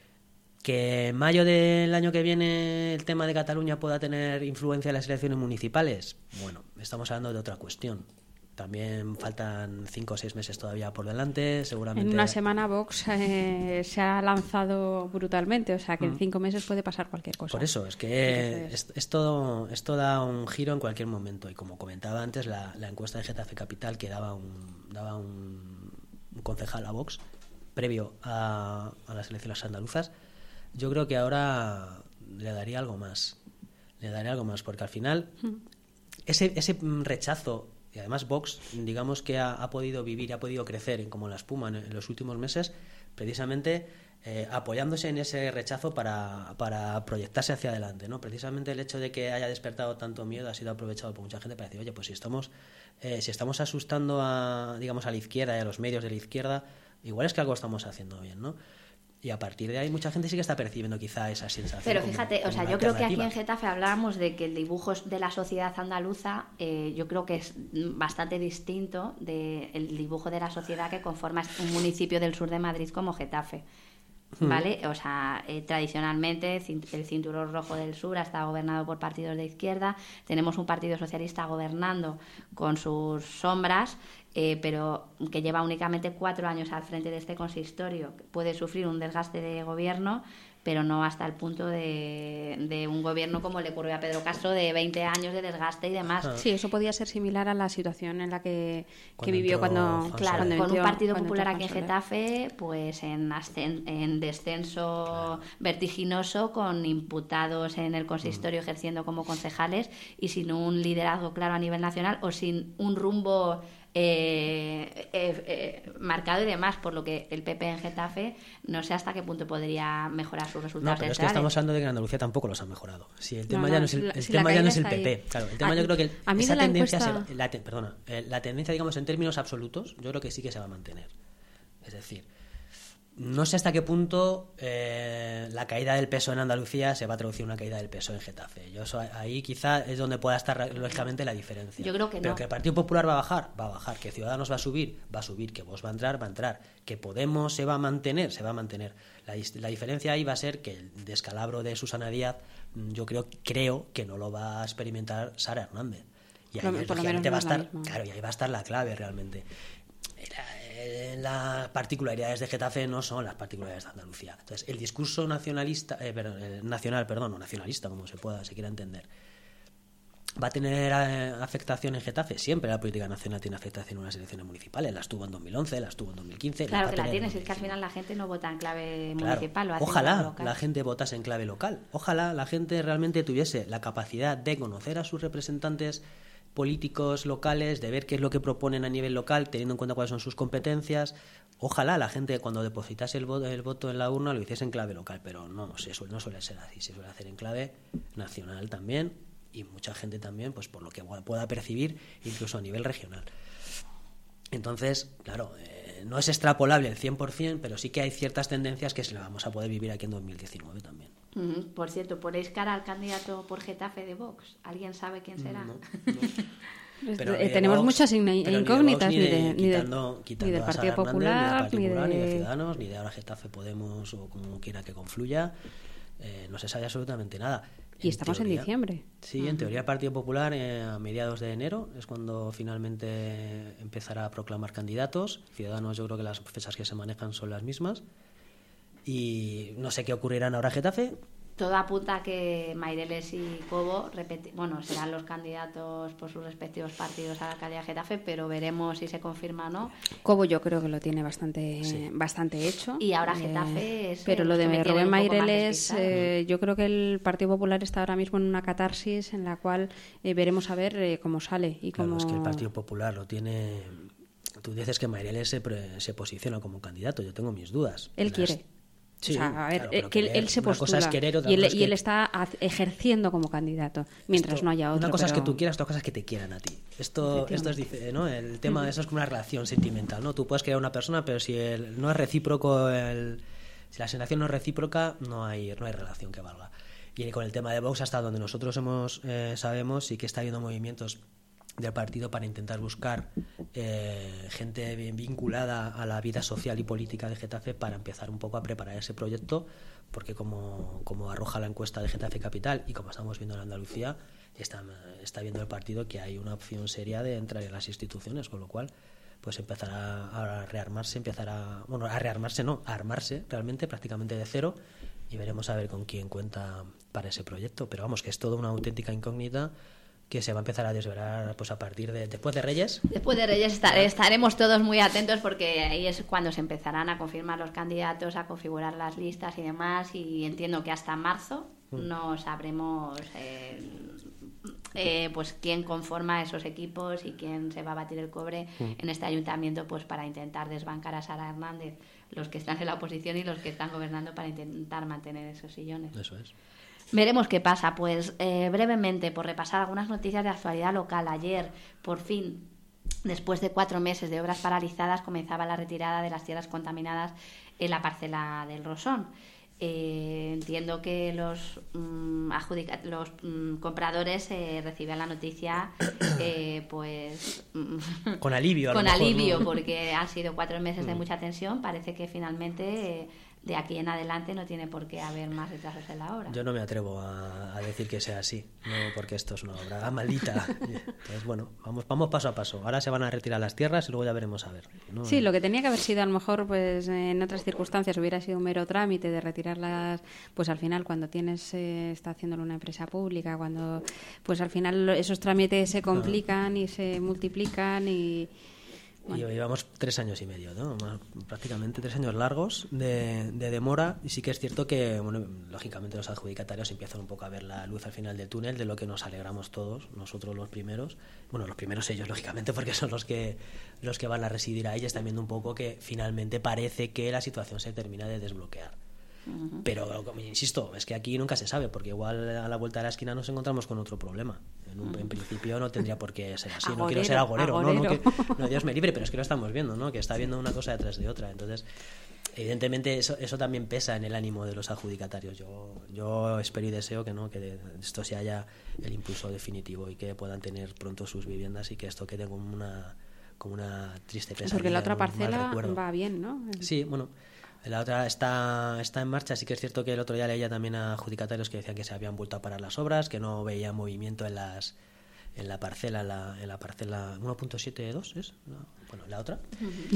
¿Que en mayo del año que viene el tema de Cataluña pueda tener influencia en las elecciones municipales? Bueno, estamos hablando de otra cuestión. También faltan cinco o seis meses todavía por delante, seguramente. En una semana Vox eh, se ha lanzado brutalmente, o sea que mm. en cinco meses puede pasar cualquier cosa. Por eso, es que Entonces... es, es todo, esto da un giro en cualquier momento. Y como comentaba antes, la, la encuesta de Getafe Capital que daba un, daba un, un concejal a Vox previo a, a las elecciones andaluzas, yo creo que ahora le daría algo más. Le daría algo más, porque al final ese, ese rechazo, y además Vox, digamos que ha, ha podido vivir, ha podido crecer como la espuma en, en los últimos meses, precisamente eh, apoyándose en ese rechazo para, para proyectarse hacia adelante, ¿no? Precisamente el hecho de que haya despertado tanto miedo ha sido aprovechado por mucha gente para decir, oye, pues si estamos, eh, si estamos asustando a, digamos, a la izquierda y a los medios de la izquierda, igual es que algo estamos haciendo bien, ¿no? Y a partir de ahí mucha gente sí que está percibiendo quizá esa sensación. Pero como, fíjate, como o sea, una yo creo que aquí alternativa. en Getafe hablábamos de que el dibujo de la sociedad andaluza, eh, yo creo que es bastante distinto del dibujo de la sociedad que conforma un municipio del sur de Madrid como Getafe. ¿Vale? O sea, eh, tradicionalmente el cinturón rojo del sur ha estado gobernado por partidos de izquierda, tenemos un partido socialista gobernando con sus sombras, eh, pero que lleva únicamente cuatro años al frente de este consistorio, puede sufrir un desgaste de gobierno, pero no hasta el punto de, de un gobierno como le ocurrió a Pedro Castro, de veinte años de desgaste y demás. Sí, eso podía ser similar a la situación en la que, que Cuando vivió entró cuando... Juan Claro, Soler. con un entró- Partido cuando Popular entró aquí en Juan Soler. Getafe, pues en, ascen- en descenso vertiginoso, con imputados en el consistorio ejerciendo como concejales y sin un liderazgo claro a nivel nacional o sin un rumbo eh, eh, eh, marcado y demás, por lo que el P P en Getafe no sé hasta qué punto podría mejorar sus No, resultados pero es que electorales. estamos hablando de que en Andalucía tampoco los han mejorado. Si el tema No, ya no, no es el, la- el si la tema ya no es el caída P está P. ahí. Claro, el tema A- yo creo que a mí esa de la tendencia, encuesta- se va- la, te- perdona, eh, la tendencia, digamos, en términos absolutos, yo creo que sí que se va a mantener. Es decir, no sé hasta qué punto eh, la caída del peso en Andalucía se va a traducir en una caída del peso en Getafe. Yo eso, ahí quizá es donde pueda estar lógicamente la diferencia. Yo creo que Pero no. que el Partido Popular va a bajar, va a bajar. Que Ciudadanos va a subir, va a subir. Que Vox va a entrar, va a entrar. Que Podemos se va a mantener, se va a mantener. La, dis- la diferencia ahí va a ser que el descalabro de Susana Díaz, mm, yo creo, creo que no lo va a experimentar Sara Hernández. Y ahí, Por lo- por lo menos lógicamente, no va a es la estar, misma. claro, y ahí va a estar la clave realmente. Era- eh, las particularidades de Getafe no son las particularidades de Andalucía. Entonces, el discurso nacionalista, eh, perdón, eh, nacional, perdón, o nacionalista, como se pueda, se quiera entender, ¿va a tener eh, afectación en Getafe? Siempre la política nacional tiene afectación en unas elecciones municipales. Las tuvo en dos mil once, las tuvo en dos mil quince. Claro las va que a la tener en tienes, es que al dos mil final la gente no vota en clave Claro. municipal, lo hace en Ojalá clave local. la gente votase en clave local. Ojalá la gente realmente tuviese la capacidad de conocer a sus representantes políticos locales, de ver qué es lo que proponen a nivel local, teniendo en cuenta cuáles son sus competencias. Ojalá la gente, cuando depositase el voto, el voto en la urna, lo hiciese en clave local, pero no, se suele, no suele ser así. Se suele hacer en clave nacional también, y mucha gente también, pues por lo que pueda percibir, incluso a nivel regional. Entonces, claro, eh, no es extrapolable el cien por ciento, pero sí que hay ciertas tendencias que se las vamos a poder vivir aquí en dos mil diecinueve también. Ujú. Por cierto, ¿ponéis cara al candidato por Getafe de Vox? ¿Alguien sabe quién será? No, no. Es- Pero eh, ni de tenemos Vox, muchas igna- pero ni de incógnitas, Vox, ni, de, ni, de- quitando- quitando ni del a Partido Sara Hernández, Popular, ni del Partido ni Popular, ni de de... Ciudadanos, ni de ahora Getafe Podemos o como quiera que confluya. Eh, no se sabe absolutamente nada. Y estamos en teoría- diciembre. Sí, en teoría el Partido Popular eh, a mediados de enero es cuando finalmente empezará a proclamar candidatos. Ciudadanos, yo creo que las fechas que se manejan son las mismas. Y no sé qué ocurrirá ahora en Getafe. Todo apunta a que Maireles y Cobo repeti- bueno, serán los candidatos por sus respectivos partidos a la alcaldía de Getafe, pero veremos si se confirma o no. Cobo yo creo que lo tiene bastante Sí. bastante hecho. Y ahora Getafe es, Pero eh, lo los de que me tienen Rubén un poco más Maireles, despistada. eh, yo creo que el Partido Popular está ahora mismo en una catarsis en la cual eh, veremos a ver eh, cómo sale y Claro, cómo... es que el Partido Popular lo tiene. Tú dices que Maireles se, pre- se posiciona como candidato. Yo tengo mis dudas. Él Las- quiere. Sí, o sea, a ver, claro, eh, pero que él, querer- él se una cosa postula es querer, otra y, él, cosa es y que- él está haz- ejerciendo como candidato, mientras Esto- no haya otro. Una cosa es que pero- tú quieras, otra cosa es que te quieran a ti. Esto, esto es dife- ¿no? El tema de eso es como una relación sentimental, ¿no? Tú puedes querer a una persona, pero si el- no es recíproco, el, si la sensación no es recíproca, no hay, no hay relación que valga. Y con el tema de Vox, hasta donde nosotros hemos eh, sabemos, sí que está habiendo movimientos del partido para intentar buscar eh, gente bien vinculada a la vida social y política de Getafe para empezar un poco a preparar ese proyecto, porque como, como arroja la encuesta de Getafe Capital y como estamos viendo en Andalucía, está, está viendo el partido que hay una opción seria de entrar en las instituciones, con lo cual pues empezará a rearmarse, empezará, bueno, a rearmarse no, a armarse realmente prácticamente de cero, y veremos a ver con quién cuenta para ese proyecto, pero vamos, que es toda una auténtica incógnita que se va a empezar a desvelar pues a partir de después de Reyes. Después de Reyes estar- estaremos todos muy atentos porque ahí es cuando se empezarán a confirmar los candidatos, a configurar las listas y demás, y entiendo que hasta marzo no sabremos eh, eh, pues quién conforma esos equipos y quién se va a batir el cobre mm. en este ayuntamiento, pues para intentar desbancar a Sara Hernández, los que están en la oposición y los que están gobernando, para intentar mantener esos sillones. Eso es. Veremos qué pasa. Pues eh, brevemente, por repasar algunas noticias de actualidad local. Ayer, por fin, después de cuatro meses de obras paralizadas, comenzaba la retirada de las tierras contaminadas en la parcela del Rosón. Eh, entiendo que los, mm, adjudica- los mm, compradores eh, reciben la noticia eh, pues mm, con alivio, a con lo mejor, alivio, ¿no? Porque han sido cuatro meses mm. de mucha tensión. Parece que finalmente eh, de aquí en adelante no tiene por qué haber más retrasos en la obra. Yo no me atrevo a, a decir que sea así, no, porque esto es una obra maldita. Entonces, bueno, vamos, vamos paso a paso. Ahora se van a retirar las tierras y luego ya veremos a ver, ¿no? Sí, lo que tenía que haber sido, a lo mejor, pues en otras circunstancias hubiera sido un mero trámite de retirarlas, pues al final cuando tienes, eh, está haciéndolo una empresa pública, cuando pues al final esos trámites se complican y se multiplican y... Bueno. Y llevamos tres años y medio, ¿no? Prácticamente tres años largos de, de demora, y sí que es cierto que, bueno, lógicamente los adjudicatarios empiezan un poco a ver la luz al final del túnel, de lo que nos alegramos todos, nosotros los primeros, bueno, los primeros ellos, lógicamente, porque son los que los que van a residir ahí, y están viendo un poco que finalmente parece que la situación se termina de desbloquear. Uh-huh. Pero, como insisto, es que aquí nunca se sabe, porque igual a la vuelta de la esquina nos encontramos con otro problema. En, un, uh-huh. en principio no tendría por qué ser así. Agorero, no quiero ser agorero, agorero. No, no, que, no, Dios me libre, pero es que lo estamos viendo, ¿no? Que está viendo una cosa detrás de otra. Entonces, evidentemente, eso, eso también pesa en el ánimo de los adjudicatarios. Yo, yo espero y deseo que no, que de esto se haya el impulso definitivo y que puedan tener pronto sus viviendas, y que esto quede como una, como una triste pesadilla. Porque la otra parcela va bien, ¿no? Sí, bueno. La otra está, está en marcha. Sí que es cierto que el otro día leía también a adjudicatarios que decían que se habían vuelto a parar las obras, que no veía movimiento en las en la parcela en la, en la parcela uno punto setenta y dos es no, bueno, la otra.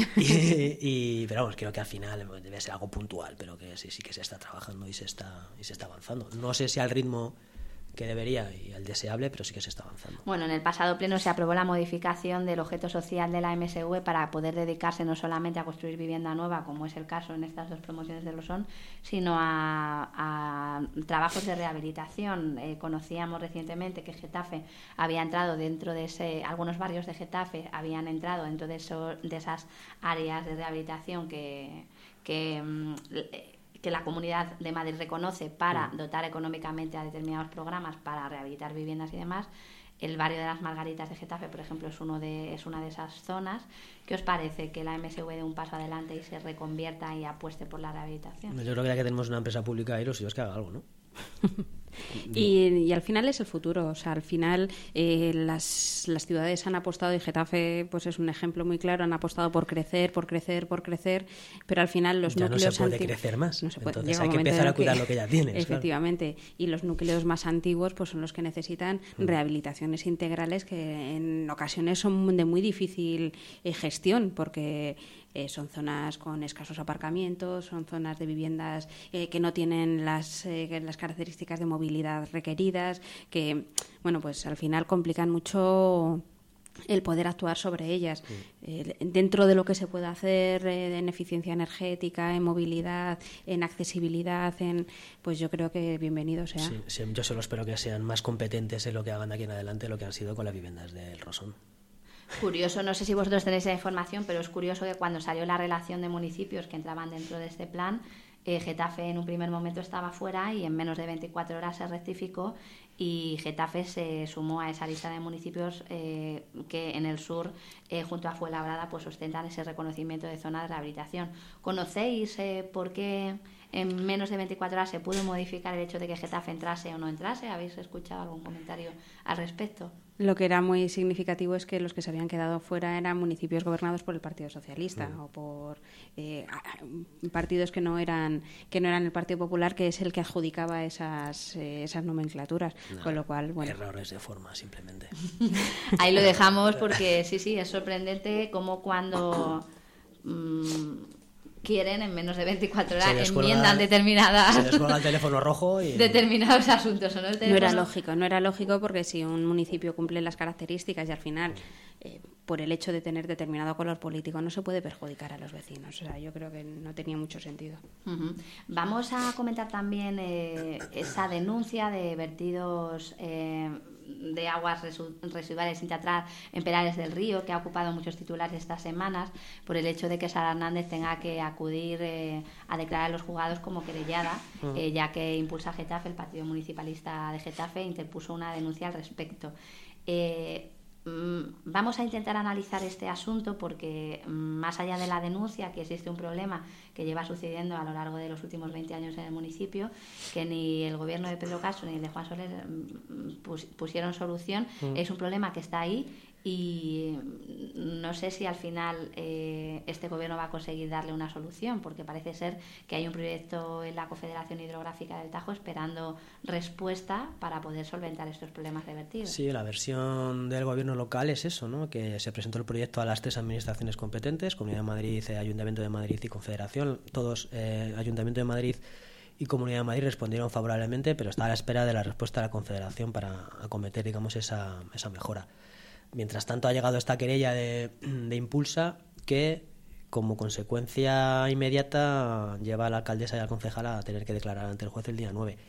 y, y pero vamos, creo que al final debe ser algo puntual, pero que sí sí que se está trabajando y se está y se está avanzando. No sé si al ritmo que debería y al deseable, pero sí que se está avanzando. Bueno, en el pasado pleno se aprobó la modificación del objeto social de la M S V para poder dedicarse no solamente a construir vivienda nueva, como es el caso en estas dos promociones de Rosón, sino a, a trabajos de rehabilitación. Eh, conocíamos recientemente que Getafe había entrado dentro de ese, algunos barrios de Getafe habían entrado dentro de, eso, de esas áreas de rehabilitación que... que eh, que la Comunidad de Madrid reconoce para dotar económicamente a determinados programas para rehabilitar viviendas y demás. El barrio de las Margaritas de Getafe, por ejemplo, es uno de es una de esas zonas. ¿Qué os parece que la M S V dé un paso adelante y se reconvierta y apueste por la rehabilitación? Yo creo que ya que tenemos una empresa pública ahí, lo suyo es que haga algo, ¿no? y, y al final es el futuro, o sea, al final eh, las, las ciudades han apostado, y Getafe pues es un ejemplo muy claro, han apostado por crecer, por crecer, por crecer, pero al final los ya núcleos no se puede antiguos, crecer más, no se puede, entonces hay que empezar a cuidar que, lo que ya tienes. Efectivamente, claro. Y los núcleos más antiguos pues son los que necesitan mm. rehabilitaciones integrales que en ocasiones son de muy difícil eh, gestión, porque Eh, son zonas con escasos aparcamientos, son zonas de viviendas eh, que no tienen las, eh, las características de movilidad requeridas, que bueno, pues al final complican mucho el poder actuar sobre ellas. Sí. Eh, dentro de lo que se puede hacer eh, en eficiencia energética, en movilidad, en accesibilidad, en pues yo creo que bienvenido sea. Sí, sí, yo solo espero que sean más competentes en lo que hagan de aquí en adelante de lo que han sido con las viviendas del Rosón. Curioso, no sé si vosotros tenéis esa información, pero es curioso que cuando salió la relación de municipios que entraban dentro de este plan, eh, Getafe en un primer momento estaba fuera y en menos de veinticuatro horas se rectificó, y Getafe se sumó a esa lista de municipios eh, que en el sur, eh, junto a Fuenlabrada, pues ostentan ese reconocimiento de zona de rehabilitación. ¿Conocéis eh, por qué en menos de veinticuatro horas se pudo modificar el hecho de que Getafe entrase o no entrase? ¿Habéis escuchado algún comentario al respecto? Lo que era muy significativo es que los que se habían quedado fuera eran municipios gobernados por el Partido Socialista mm. o por eh, partidos que no eran que no eran el Partido Popular, que es el que adjudicaba esas eh, esas nomenclaturas. No, con lo cual, bueno. Errores de forma, simplemente. Ahí lo dejamos porque sí, sí, es sorprendente cómo cuando mmm, quieren en menos de veinticuatro horas enmiendan determinadas se les cuelga el teléfono rojo y determinados asuntos, ¿o no? El teléfono... no era lógico, no era lógico porque si un municipio cumple las características y al final eh, por el hecho de tener determinado color político no se puede perjudicar a los vecinos, o sea, yo creo que no tenía mucho sentido. Uh-huh. Vamos a comentar también eh, esa denuncia de vertidos eh, de aguas residuales sin tratar en Perales del Río, que ha ocupado muchos titulares estas semanas, por el hecho de que Sara Hernández tenga que acudir eh, a declarar a los juzgados como querellada, uh-huh. eh, ya que Impulsa Getafe, el partido municipalista de Getafe, interpuso una denuncia al respecto. Eh, Vamos a intentar analizar este asunto porque, más allá de la denuncia, que existe un problema que lleva sucediendo a lo largo de los últimos veinte años en el municipio, que ni el gobierno de Pedro Castro ni el de Juan Soler pusieron solución, mm. es un problema que está ahí y no sé si al final eh, este gobierno va a conseguir darle una solución, porque parece ser que hay un proyecto en la Confederación Hidrográfica del Tajo esperando respuesta para poder solventar estos problemas de vertido. Sí, la versión del gobierno local es eso, ¿no? Que se presentó el proyecto a las tres administraciones competentes, Comunidad de Madrid, Ayuntamiento de Madrid y Confederación. Todos, eh, Ayuntamiento de Madrid y Comunidad de Madrid, respondieron favorablemente, pero está a la espera de la respuesta de la Confederación para acometer, digamos, esa, esa mejora. Mientras tanto, ha llegado esta querella de, de Impulsa que, como consecuencia inmediata, lleva a la alcaldesa y al concejal a tener que declarar ante el juez el día nueve.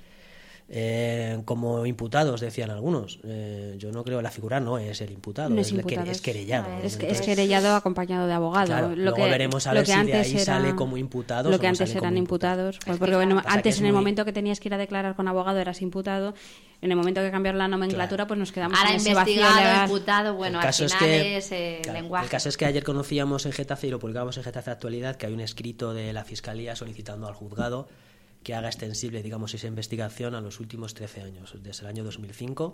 Eh, como imputados, decían algunos. Eh, yo no creo, la figura no es el imputado, no es, es, imputado, que, es querellado. No, es, es querellado acompañado de abogado. Claro, lo luego que, veremos a ver si de ahí era, sale como imputados. Lo que o no antes eran imputados. imputados. Porque bueno, antes, en el muy... momento que tenías que ir a declarar con abogado, eras imputado. En el momento que cambiaron la nomenclatura, claro. pues nos quedamos ahora en ese vacío investigado, legal. imputado, bueno, al final es, que, es eh, claro, lenguaje. El caso es que ayer conocíamos en Getafe, y lo publicamos en Getafe Actualidad, que hay un escrito de la Fiscalía solicitando al juzgado que haga extensible, digamos, esa investigación a los últimos trece años, desde el año dos mil cinco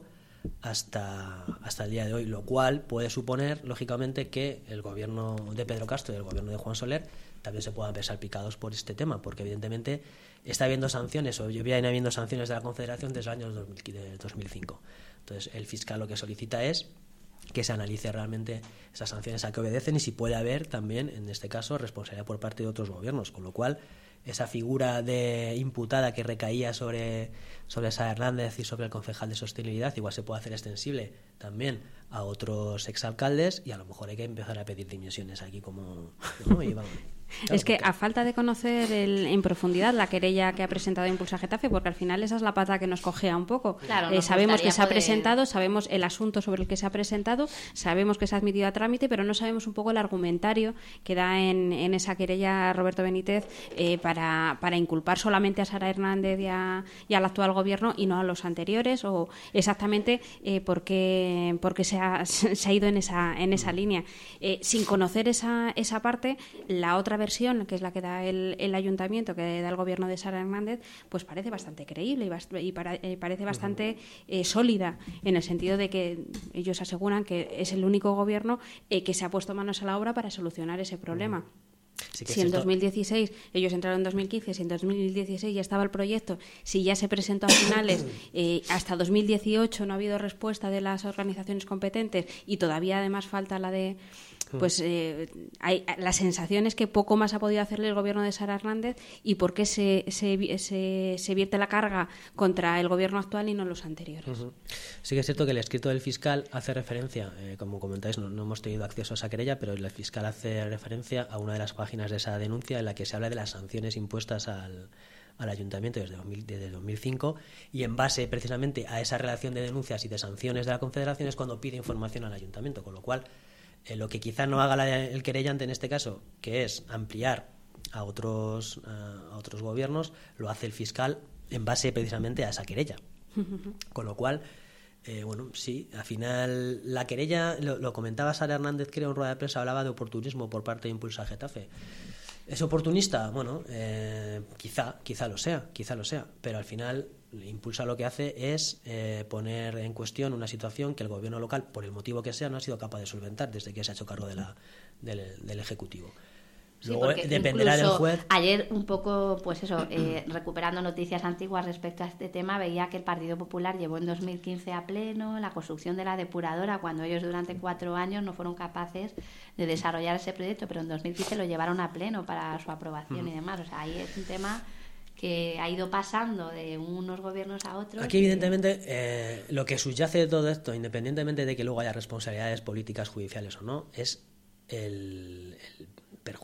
hasta, hasta el día de hoy, lo cual puede suponer, lógicamente, que el gobierno de Pedro Castro y el gobierno de Juan Soler también se puedan ver salpicados por este tema, porque evidentemente está habiendo sanciones, o viene habiendo sanciones de la Confederación desde el año dos mil cinco. Entonces, el fiscal lo que solicita es que se analice realmente esas sanciones a que obedecen y si puede haber también, en este caso, responsabilidad por parte de otros gobiernos, con lo cual esa figura de imputada que recaía sobre, sobre Sara Hernández y sobre el concejal de Sostenibilidad igual se puede hacer extensible también a otros exalcaldes y a lo mejor hay que empezar a pedir dimisiones aquí como... ¿no? Y vamos. Claro, es que porque... a falta de conocer el, en profundidad la querella que ha presentado Impulsa Getafe, porque al final esa es la pata que nos cojea un poco. Claro, eh, sabemos que se ha poder... presentado, sabemos el asunto sobre el que se ha presentado, sabemos que se ha admitido a trámite, pero no sabemos un poco el argumentario que da en, en esa querella Roberto Benítez eh, para, para inculpar solamente a Sara Hernández y, a, y al actual gobierno y no a los anteriores, o exactamente eh, por qué, por qué se, ha, se ha ido en esa, en esa línea. Eh, sin conocer esa, esa parte, la otra versión, que es la que da el, el ayuntamiento, que da el gobierno de Sara Hernández, pues parece bastante creíble y, bast- y para, eh, parece bastante eh, sólida, en el sentido de que ellos aseguran que es el único gobierno eh, que se ha puesto manos a la obra para solucionar ese problema. Sí, si en dos mil dieciséis, ellos entraron en dos mil quince, si en dos mil dieciséis ya estaba el proyecto, si ya se presentó a finales, eh, hasta dos mil dieciocho no ha habido respuesta de las organizaciones competentes y todavía además falta la de... Pues eh, hay, la sensación es que poco más ha podido hacerle el gobierno de Sara Hernández y por qué se, se, se, se vierte la carga contra el gobierno actual y no los anteriores. Uh-huh. Sí que es cierto que el escrito del fiscal hace referencia, eh, como comentáis, no, no hemos tenido acceso a esa querella, pero el fiscal hace referencia a una de las páginas de esa denuncia en la que se habla de las sanciones impuestas al, al ayuntamiento desde, dos mil, desde dos mil cinco y en base precisamente a esa relación de denuncias y de sanciones de la Confederación es cuando pide información al ayuntamiento, con lo cual Eh, lo que quizá no haga la, el querellante en este caso, que es ampliar a otros, uh, a otros gobiernos, lo hace el fiscal en base precisamente a esa querella. Con lo cual, eh, bueno, sí, al final la querella, lo, lo comentaba Sara Hernández, creo, en rueda de prensa, hablaba de oportunismo por parte de Impulsa Getafe. ¿Es oportunista? Bueno, eh, quizá, quizá lo sea, quizá lo sea, pero al final Impulsa lo que hace es eh, poner en cuestión una situación que el gobierno local, por el motivo que sea, no ha sido capaz de solventar desde que se ha hecho cargo de la, del, del Ejecutivo. Sí, Luego dependerá del juez. Ayer un poco, pues eso, eh, recuperando noticias antiguas respecto a este tema, veía que el Partido Popular llevó en dos mil quince a pleno la construcción de la depuradora, cuando ellos durante cuatro años no fueron capaces de desarrollar ese proyecto, pero en dos mil quince lo llevaron a pleno para su aprobación uh-huh. y demás. O sea, ahí es un tema que ha ido pasando de unos gobiernos a otros. Aquí, evidentemente, eh, lo que subyace de todo esto, independientemente de que luego haya responsabilidades políticas, judiciales o no, es el, el perjuicio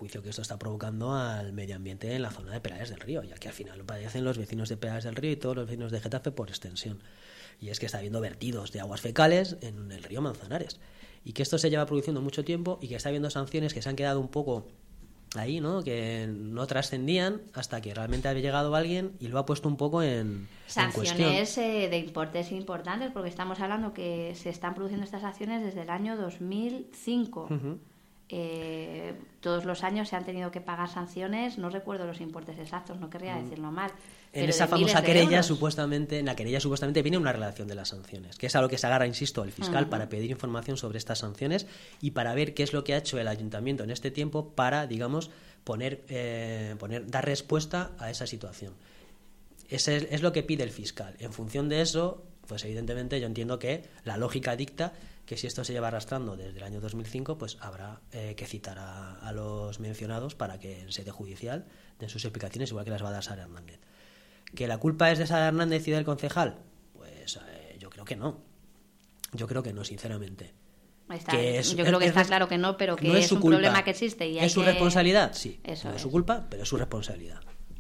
perjuicio que esto está provocando al medio ambiente en la zona de Perales del Río, ya que al final lo padecen los vecinos de Perales del Río y todos los vecinos de Getafe por extensión. Y es que está habiendo vertidos de aguas fecales en el río Manzanares. Y que esto se lleva produciendo mucho tiempo y que está habiendo sanciones que se han quedado un poco ahí, ¿no? Que no trascendían hasta que realmente ha llegado alguien y lo ha puesto un poco en, sanciones en cuestión. Eh, de importes importantes, porque estamos hablando que se están produciendo estas acciones desde el año dos mil cinco. Uh-huh. Eh, todos los años se han tenido que pagar sanciones, no recuerdo los importes exactos, no querría decirlo mal. En esa famosa querella, supuestamente, en la querella supuestamente viene una relación de las sanciones, que es a lo que se agarra, insisto, el fiscal uh-huh. para pedir información sobre estas sanciones y para ver qué es lo que ha hecho el ayuntamiento en este tiempo para, digamos, poner, eh, poner dar respuesta a esa situación. Ese es, es lo que pide el fiscal. En función de eso, pues evidentemente yo entiendo que la lógica dicta que si esto se lleva arrastrando desde el año dos mil cinco, pues habrá eh, que citar a, a los mencionados para que en sede judicial den sus explicaciones, igual que las va a dar Sara Hernández. ¿Que la culpa es de Sara Hernández y del concejal? Pues eh, yo creo que no. Yo creo que no, sinceramente. Está, que es, yo creo que es, está claro que no, pero que no es, es un culpa. Problema que existe. Y hay ¿Es su que... responsabilidad? Sí. Eso no es. es su culpa, pero es su responsabilidad.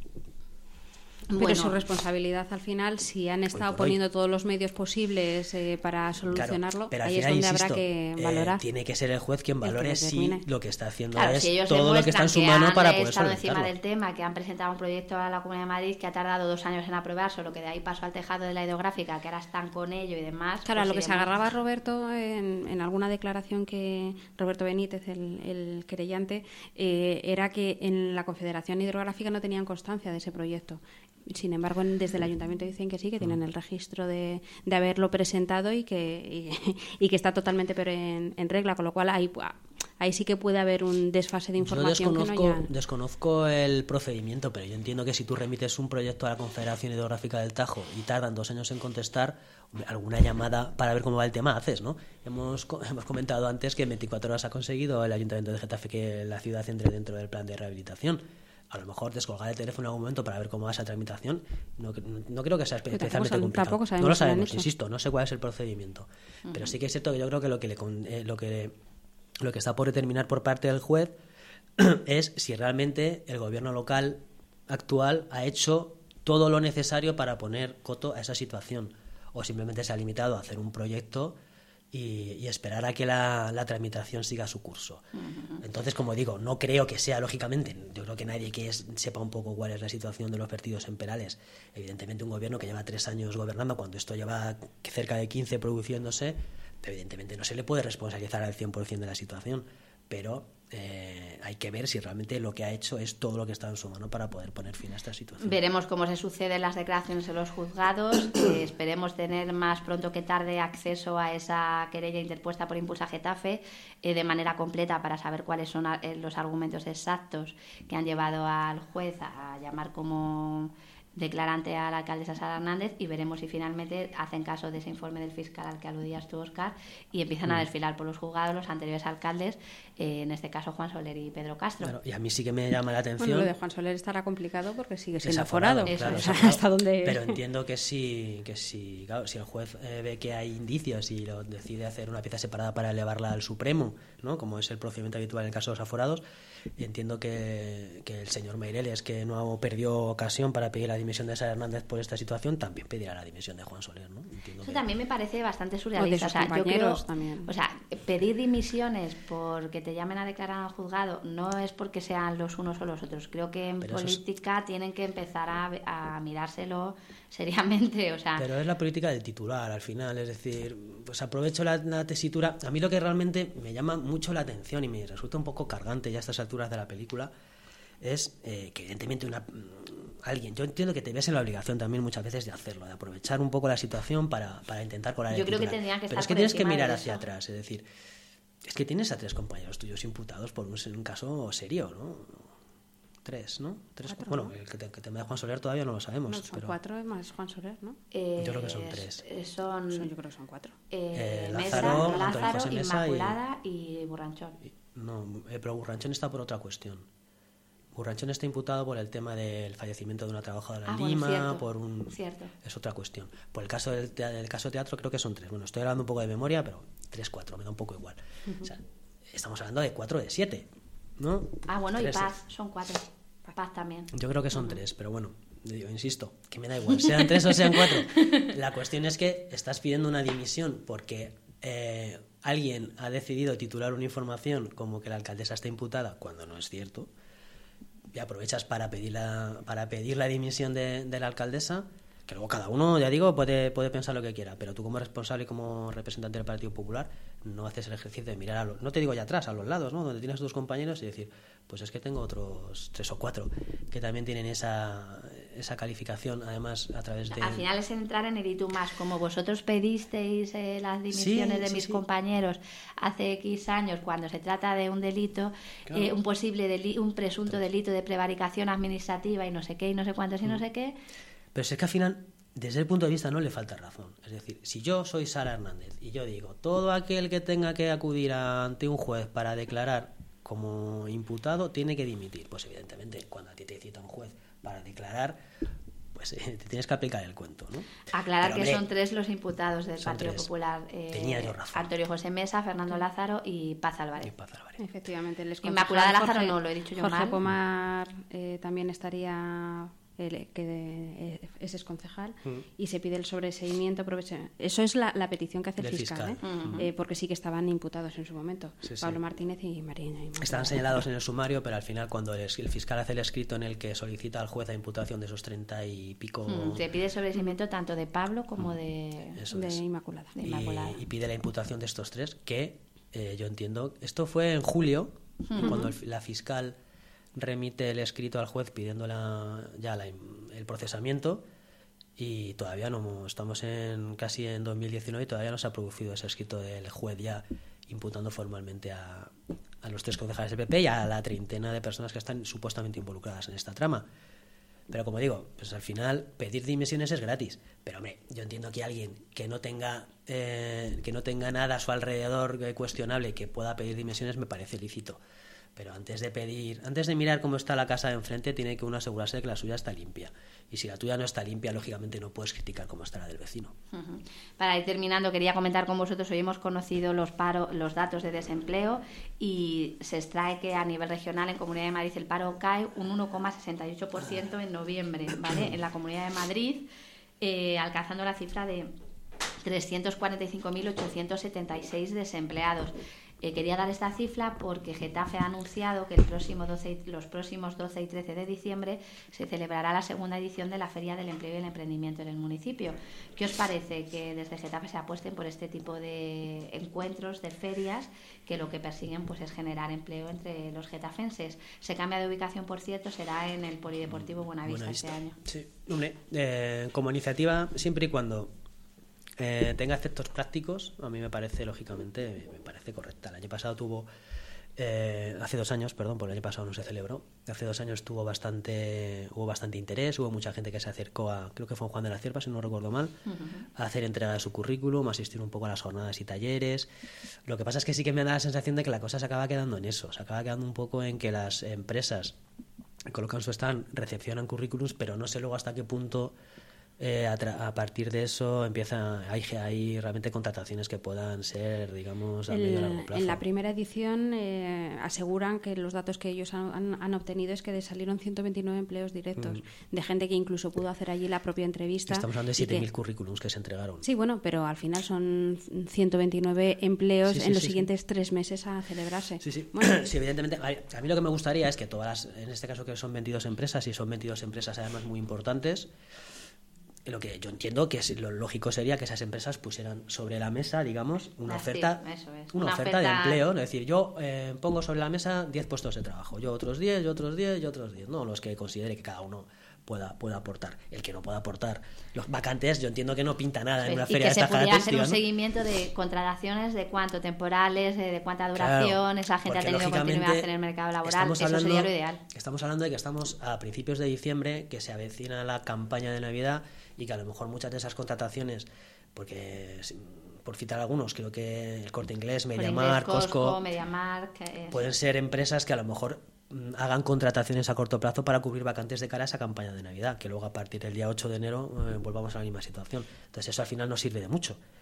Pero bueno, su responsabilidad al final, si han estado hoy poniendo hoy. todos los medios posibles eh, para solucionarlo, claro, ahí final, es donde insisto, habrá que valorar. Eh, tiene que ser el juez quien valore que si lo que está haciendo claro, es si ellos todo lo que está en su mano para poder estado solventarlo. Encima del tema, que han presentado un proyecto a la Comunidad de Madrid que ha tardado dos años en aprobar, solo que de ahí pasó al tejado de la hidrográfica, que ahora están con ello y demás. Claro, pues a lo que demás. se agarraba Roberto en, en alguna declaración que Roberto Benítez, el, el querellante, eh, era que en la Confederación Hidrográfica no tenían constancia de ese proyecto. Sin embargo, desde el ayuntamiento dicen que sí, que tienen el registro de, de haberlo presentado y que, y, y que está totalmente pero en, en regla, con lo cual ahí, ahí sí que puede haber un desfase de información. Yo desconozco, que no haya... desconozco el procedimiento, pero yo entiendo que si tú remites un proyecto a la Confederación Hidrográfica del Tajo y tardan dos años en contestar, alguna llamada para ver cómo va el tema haces, ¿no? Hemos, hemos comentado antes que en veinticuatro horas ha conseguido el Ayuntamiento de Getafe que la ciudad entre dentro del plan de rehabilitación. A lo mejor descolgar el teléfono en algún momento para ver cómo va esa tramitación no, no creo que sea especialmente complicado. No lo sabemos, insisto, no sé cuál es el procedimiento. Uh-huh. Pero sí que es cierto que yo creo que lo que, le, eh, lo que lo que está por determinar por parte del juez es si realmente el gobierno local actual ha hecho todo lo necesario para poner coto a esa situación o simplemente se ha limitado a hacer un proyecto Y, y esperar a que la, la tramitación siga su curso. Uh-huh. Entonces, como digo, no creo que sea, lógicamente, yo creo que nadie que es, sepa un poco cuál es la situación de los vertidos en Perales. Evidentemente, un gobierno que lleva tres años gobernando, cuando esto lleva cerca de quince produciéndose, evidentemente no se le puede responsabilizar al cien por ciento de la situación, pero eh, hay que ver si realmente lo que ha hecho es todo lo que está en su mano para poder poner fin a esta situación. Veremos cómo se suceden las declaraciones en los juzgados. eh, esperemos tener más pronto que tarde acceso a esa querella interpuesta por Impulsa Getafe eh, de manera completa para saber cuáles son a, eh, los argumentos exactos que han llevado al juez a, a llamar como declarante a la alcaldesa Sara Hernández, y veremos si finalmente hacen caso de ese informe del fiscal al que aludías tú, Óscar, y empiezan mm. a desfilar por los juzgados los anteriores alcaldes, eh, en este caso Juan Soler y Pedro Castro. Claro, y a mí sí que me llama la atención. Bueno, lo de Juan Soler estará complicado porque sigue siendo aforado. aforado. Claro, o sea, hasta donde... Pero entiendo que si, que si, claro, si el juez eh, ve que hay indicios y lo decide hacer una pieza separada para elevarla al Supremo, ¿no? Como es el procedimiento habitual en el caso de los aforados, entiendo que, que el señor Meireles, que no perdió ocasión para pedir la dimisión de Sara Hernández por esta situación, también pedirá la dimisión de Juan Soler, ¿no? Entiendo Eso que... también me parece bastante surrealista. O de sus o sea, yo creo, también. O sea, pedir dimisiones porque te llamen a declarar al juzgado no es porque sean los unos o los otros. Creo que en pero política es... tienen que empezar a, a mirárselo seriamente. O sea... Pero es la política del titular, al final. Es decir, pues aprovecho la, la tesitura. A mí lo que realmente me llama mucho la atención y me resulta un poco cargante ya a estas alturas de la película es eh, que evidentemente una alguien, yo entiendo que te ves en la obligación también muchas veces de hacerlo, de aprovechar un poco la situación para, para intentar colar el Yo creo titular. que tendrían que estar Pero es que tienes que mirar de hacia eso. atrás, es decir, es que tienes a tres compañeros tuyos imputados por un, un caso serio, ¿no? Tres, ¿no? Tres, cuatro, bueno, ¿no? el que te, que te me da Juan Soler todavía no lo sabemos. No, son pero... cuatro más Juan Soler, ¿no? Eh, yo creo que son tres. Son, son, yo creo que son cuatro. Eh, eh, Mesa, Lázaro, Lázaro, José Mesa Inmaculada y, y Burranchón. Y, no, eh, pero Burranchón está por otra cuestión. Burranchón está imputado por el tema del fallecimiento de una trabajadora en ah, Lima, bueno, cierto, por un cierto. Es otra cuestión. Por el caso del, te- del caso teatro creo que son tres. Bueno, estoy hablando un poco de memoria, pero tres, cuatro, me da un poco igual. Uh-huh. O sea, estamos hablando de cuatro de siete. ¿no? Ah, bueno, Tres. y Paz, son cuatro. Paz también. Yo creo que son uh-huh. tres, pero bueno, yo insisto, que me da igual, sean tres o sean cuatro. La cuestión es que estás pidiendo una dimisión porque eh, alguien ha decidido titular una información como que la alcaldesa está imputada, cuando no es cierto, y aprovechas para pedir la, para pedir la dimisión de, de la alcaldesa, que luego cada uno, ya digo, puede, puede pensar lo que quiera, pero tú como responsable y como representante del Partido Popular no haces el ejercicio de mirar a los, no te digo allá atrás, a los lados, ¿no? Donde tienes a tus compañeros y decir, pues es que tengo otros tres o cuatro que también tienen esa, esa calificación, además a través de... Al final es entrar en el y tú más, como vosotros pedisteis eh, las dimisiones sí, de sí, mis sí. compañeros hace X años cuando se trata de un delito, claro. eh, un posible deli- un presunto delito de prevaricación administrativa y no sé qué, y no sé cuántos y no sé qué... Pero es que al final, desde el punto de vista, no le falta razón. Es decir, si yo soy Sara Hernández y yo digo, todo aquel que tenga que acudir ante un juez para declarar como imputado tiene que dimitir. Pues evidentemente, cuando a ti te cita un juez para declarar, pues eh, te tienes que aplicar el cuento, ¿no? Aclarar Pero, que hombre, son tres los imputados del Partido tres. Popular. Eh, Tenía yo razón. Antonio José Mesa, Fernando Lázaro y Paz Álvarez. Y Paz Álvarez. Efectivamente. El Inmaculada Lázaro Jorge, no, lo he dicho yo Jorge mal. Pomar eh, también estaría... El, que de, es exconcejal mm. y se pide el sobreseimiento. Eso es la, la petición que hace el Del fiscal, fiscal. ¿eh? Uh-huh. Eh, porque sí que estaban imputados en su momento, sí, Pablo sí. Martínez y María. Estaban señalados en el sumario, pero al final cuando el, el fiscal hace el escrito en el que solicita al juez la imputación de esos treinta y pico... Mm, se pide sobreseimiento tanto de Pablo como de, de Inmaculada. De Inmaculada. Y, y pide la imputación de estos tres, que eh, yo entiendo... Esto fue en julio, uh-huh. cuando el, la fiscal... remite el escrito al juez pidiendo la, ya la, el procesamiento y todavía no estamos en casi en dos mil diecinueve y todavía no se ha producido ese escrito del juez ya imputando formalmente a, a los tres concejales del P P y a la treintena de personas que están supuestamente involucradas en esta trama. Pero como digo, pues al final pedir dimisiones es gratis. Pero hombre, yo entiendo que alguien que no tenga eh, que no tenga nada a su alrededor cuestionable y que pueda pedir dimisiones me parece lícito. Pero antes de pedir, antes de mirar cómo está la casa de enfrente, tiene que uno asegurarse de que la suya está limpia. Y si la tuya no está limpia, lógicamente no puedes criticar cómo está la del vecino. Uh-huh. Para ir terminando, quería comentar con vosotros, hoy hemos conocido los paro, los datos de desempleo y se extrae que a nivel regional en Comunidad de Madrid el paro cae un uno coma sesenta y ocho por ciento en noviembre, ¿vale? En la Comunidad de Madrid, eh, alcanzando la cifra de trescientos cuarenta y cinco mil ochocientos setenta y seis desempleados. Eh, quería dar esta cifra porque Getafe ha anunciado que el próximo doce, los próximos doce y trece de diciembre se celebrará la segunda edición de la Feria del Empleo y el Emprendimiento en el municipio. ¿Qué os parece que desde Getafe se apuesten por este tipo de encuentros, de ferias, que lo que persiguen pues es generar empleo entre los getafenses? Se cambia de ubicación, por cierto, será en el Polideportivo Buenavista, Buenavista. este año. Sí, hombre, eh, como iniciativa, siempre y cuando Eh, tenga efectos prácticos, a mí me parece, lógicamente, me parece correcta. El año pasado tuvo, eh, hace dos años, perdón, porque el año pasado no se celebró, hace dos años tuvo bastante, hubo bastante interés, hubo mucha gente que se acercó a, creo que fue en Juan de la Cierva, si no recuerdo mal, uh-huh. a hacer entrega de su currículum, a asistir un poco a las jornadas y talleres. Lo que pasa es que sí que me da la sensación de que la cosa se acaba quedando en eso, se acaba quedando un poco en que las empresas colocan su stand, recepcionan currículums, pero no sé luego hasta qué punto Eh, a, tra- a partir de eso empieza hay, hay realmente contrataciones que puedan ser, digamos, a el, medio y largo plazo. En la primera edición eh, aseguran que los datos que ellos han, han, han obtenido es que salieron ciento veintinueve empleos directos mm. de gente que incluso pudo hacer allí la propia entrevista. Estamos hablando de siete mil que... currículums que se entregaron. Sí, bueno, pero al final son ciento veintinueve empleos sí, sí, en los sí, siguientes sí. tres meses a celebrarse. Sí, sí. Bueno. Sí, evidentemente. A mí lo que me gustaría es que todas las, en este caso que son veintidós empresas, y son veintidós empresas además muy importantes, lo que yo entiendo que es, lo lógico sería que esas empresas pusieran sobre la mesa, digamos, una Así, oferta eso es. una, una oferta, oferta de empleo, es decir, yo eh, pongo sobre la mesa diez puestos de trabajo, yo otros diez, yo otros diez, yo otros diez, no los que considere que cada uno pueda pueda aportar. El que no pueda aportar los vacantes, yo entiendo que no pinta nada en una y feria de que estas se pudiera hacer un ¿no? seguimiento de contrataciones, de cuánto temporales, de, de cuánta duración, claro, esa gente ha tenido continuidad en el mercado laboral, eso hablando, sería lo ideal. Estamos hablando de que estamos a principios de diciembre, que se avecina la campaña de Navidad y que a lo mejor muchas de esas contrataciones, porque por citar algunos, creo que el Corte Inglés, MediaMarkt, Costco, MediaMarkt, es... pueden ser empresas que a lo mejor hagan contrataciones a corto plazo para cubrir vacantes de cara a esa campaña de Navidad, que luego a partir del día ocho de enero eh, volvamos a la misma situación. Entonces eso al final no sirve de mucho.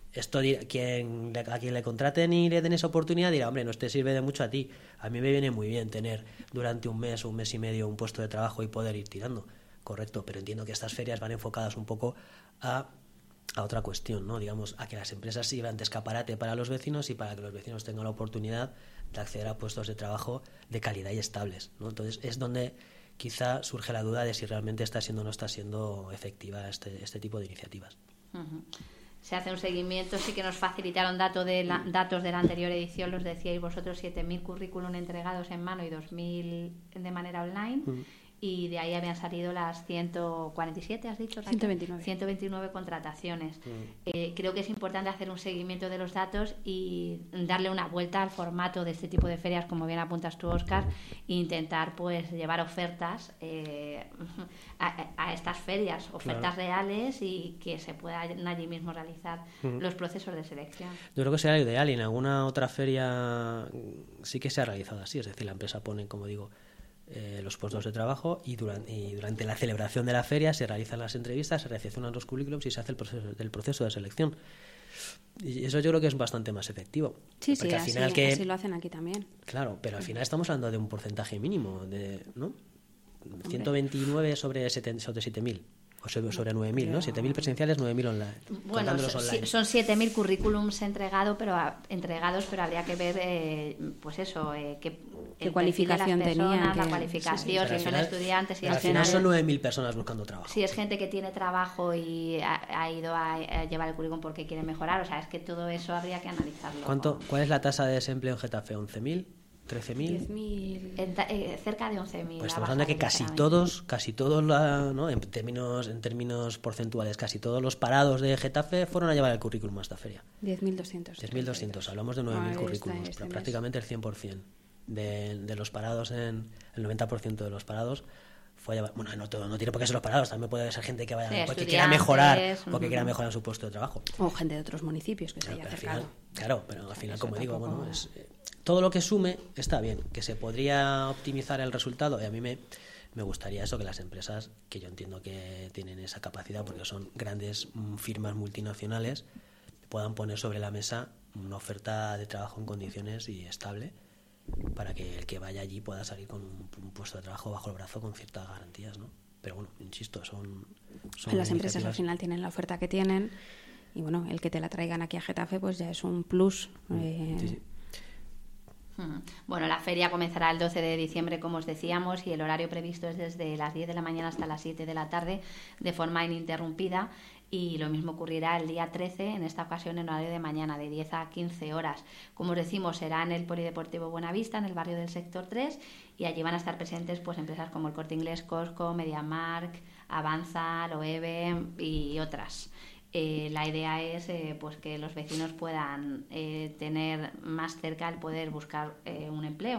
esto quien, a quien le contraten y le den esa oportunidad dirá, hombre, no te sirve de mucho a ti. A mí me viene muy bien tener durante un mes o un mes y medio un puesto de trabajo y poder ir tirando. Correcto, pero entiendo que estas ferias van enfocadas un poco a, a otra cuestión, ¿no? Digamos, a que las empresas sirvan de escaparate para los vecinos y para que los vecinos tengan la oportunidad de acceder a puestos de trabajo de calidad y estables, ¿no? Entonces es donde quizá surge la duda de si realmente está siendo o no está siendo efectiva este, este tipo de iniciativas. Uh-huh. Se hace un seguimiento, sí que nos facilitaron datos de la, datos de la anterior edición, los decíais vosotros, siete mil currículum entregados en mano y dos mil de manera online. Uh-huh. Y de ahí habían salido las ciento cuarenta y siete, has dicho, ciento veintinueve. ciento veintinueve contrataciones. Mm. Eh, creo que es importante hacer un seguimiento de los datos y darle una vuelta al formato de este tipo de ferias, como bien apuntas tú, Óscar, e intentar pues llevar ofertas eh, a, a estas ferias, ofertas claro. reales y que se puedan allí mismo realizar mm. los procesos de selección. Yo creo que será ideal y en alguna otra feria sí que se ha realizado así, es decir, la empresa pone, como digo, Eh, los puestos de trabajo y durante, y durante la celebración de la feria se realizan las entrevistas, se recepcionan los currículums y se hace el proceso, el proceso de selección. Y eso yo creo que es bastante más efectivo. Sí, sí, al final así, que, así lo hacen aquí también. Claro, pero al final estamos hablando de un porcentaje mínimo, de, ¿no? ciento veintinueve sobre siete mil. O sobre nueve mil, ¿no? siete mil presenciales, nueve mil online. Bueno, son, online. son siete mil currículums entregado, pero a, entregados, pero habría que ver, eh, pues eso, eh, qué, qué cualificación tenían. La cualificación, sí, sí, si son final, estudiantes. Si al final son nueve mil personas buscando trabajo. Si es gente que tiene trabajo y ha, ha ido a, a llevar el currículum porque quiere mejorar, o sea, es que todo eso habría que analizarlo. ¿Cuánto, ¿Cuál es la tasa de desempleo en Getafe? ¿once mil? ¿trece mil? diez mil. Eh, cerca de once mil. Pues estamos hablando de que casi todos, casi todos la, ¿no? en, términos, en términos porcentuales, casi todos los parados de Getafe fueron a llevar el currículum a esta feria. diez mil doscientos. diez mil doscientos, hablamos de nueve mil ah, currículums, este, este prácticamente mes. El cien por ciento de, de los parados, en el noventa por ciento de los parados fue a llevar, bueno, no, todo, no tiene por qué ser los parados, también puede ser gente que vaya sí, porque quiera mejorar o que quiera mejorar su puesto de trabajo. O gente de otros municipios que claro, se haya acercado. Final, claro, pero al final, como digo, bueno, es... todo lo que sume está bien, que se podría optimizar el resultado y a mí me, me gustaría eso, que las empresas, que yo entiendo que tienen esa capacidad porque son grandes firmas multinacionales, puedan poner sobre la mesa una oferta de trabajo en condiciones y estable para que el que vaya allí pueda salir con un, un puesto de trabajo bajo el brazo con ciertas garantías, ¿no? Pero bueno, insisto, son... son las empresas al final tienen la oferta que tienen y bueno, el que te la traigan aquí a Getafe pues ya es un plus. Eh... Sí, sí. Bueno, la feria comenzará el doce de diciembre, como os decíamos, y el horario previsto es desde las diez de la mañana hasta las siete de la tarde, de forma ininterrumpida, y lo mismo ocurrirá el día trece, en esta ocasión en horario de mañana, de diez a quince horas. Como os decimos, será en el Polideportivo Buenavista, en el barrio del sector tres, y allí van a estar presentes pues empresas como el Corte Inglés, Costco, MediaMarkt, Avanza, Loewe y otras. Eh, la idea es eh, pues que los vecinos puedan eh, tener más cerca el poder buscar eh, un empleo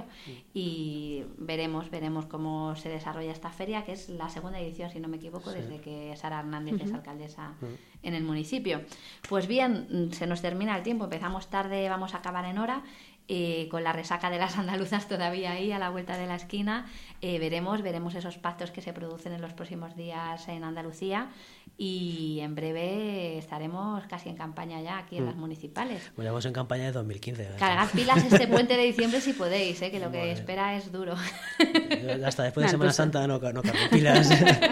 y veremos veremos cómo se desarrolla esta feria, que es la segunda edición, si no me equivoco, sí. desde que Sara Hernández uh-huh. es alcaldesa uh-huh. en el municipio. Pues bien, se nos termina el tiempo, empezamos tarde, vamos a acabar en hora. Eh, con la resaca de las andaluzas todavía ahí a la vuelta de la esquina, eh, veremos veremos esos pactos que se producen en los próximos días en Andalucía y en breve estaremos casi en campaña ya aquí en mm. las municipales. Pues ya vamos en campaña de dos mil quince. ¿verdad? Cargad pilas este puente de diciembre si podéis, ¿eh? que lo que Madre. espera es duro. Yo hasta después de Semana Santa no, no cargo pilas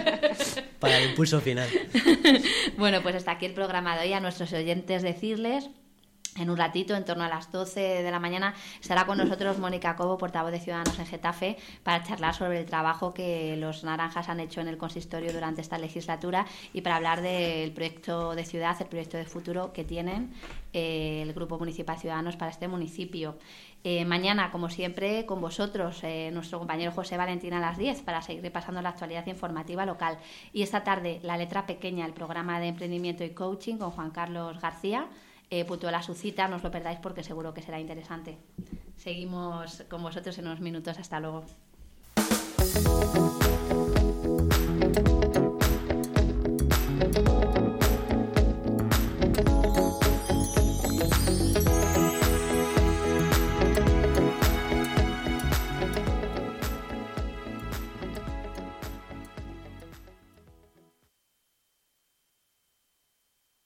para el impulso final. Bueno, pues hasta aquí el programa de hoy. A nuestros oyentes decirles: en un ratito, en torno a las doce de la mañana, estará con nosotros Mónica Cobo, portavoz de Ciudadanos en Getafe, para charlar sobre el trabajo que los naranjas han hecho en el consistorio durante esta legislatura y para hablar del proyecto de ciudad, el proyecto de futuro que tienen eh, el Grupo Municipal Ciudadanos para este municipio. Eh, mañana, como siempre, con vosotros, eh, nuestro compañero José Valentín a las diez para seguir repasando la actualidad informativa local. Y esta tarde, La Letra Pequeña, el programa de emprendimiento y coaching con Juan Carlos García. Eh, puntual a su cita, no os lo perdáis porque seguro que será interesante. Seguimos con vosotros en unos minutos. Hasta luego.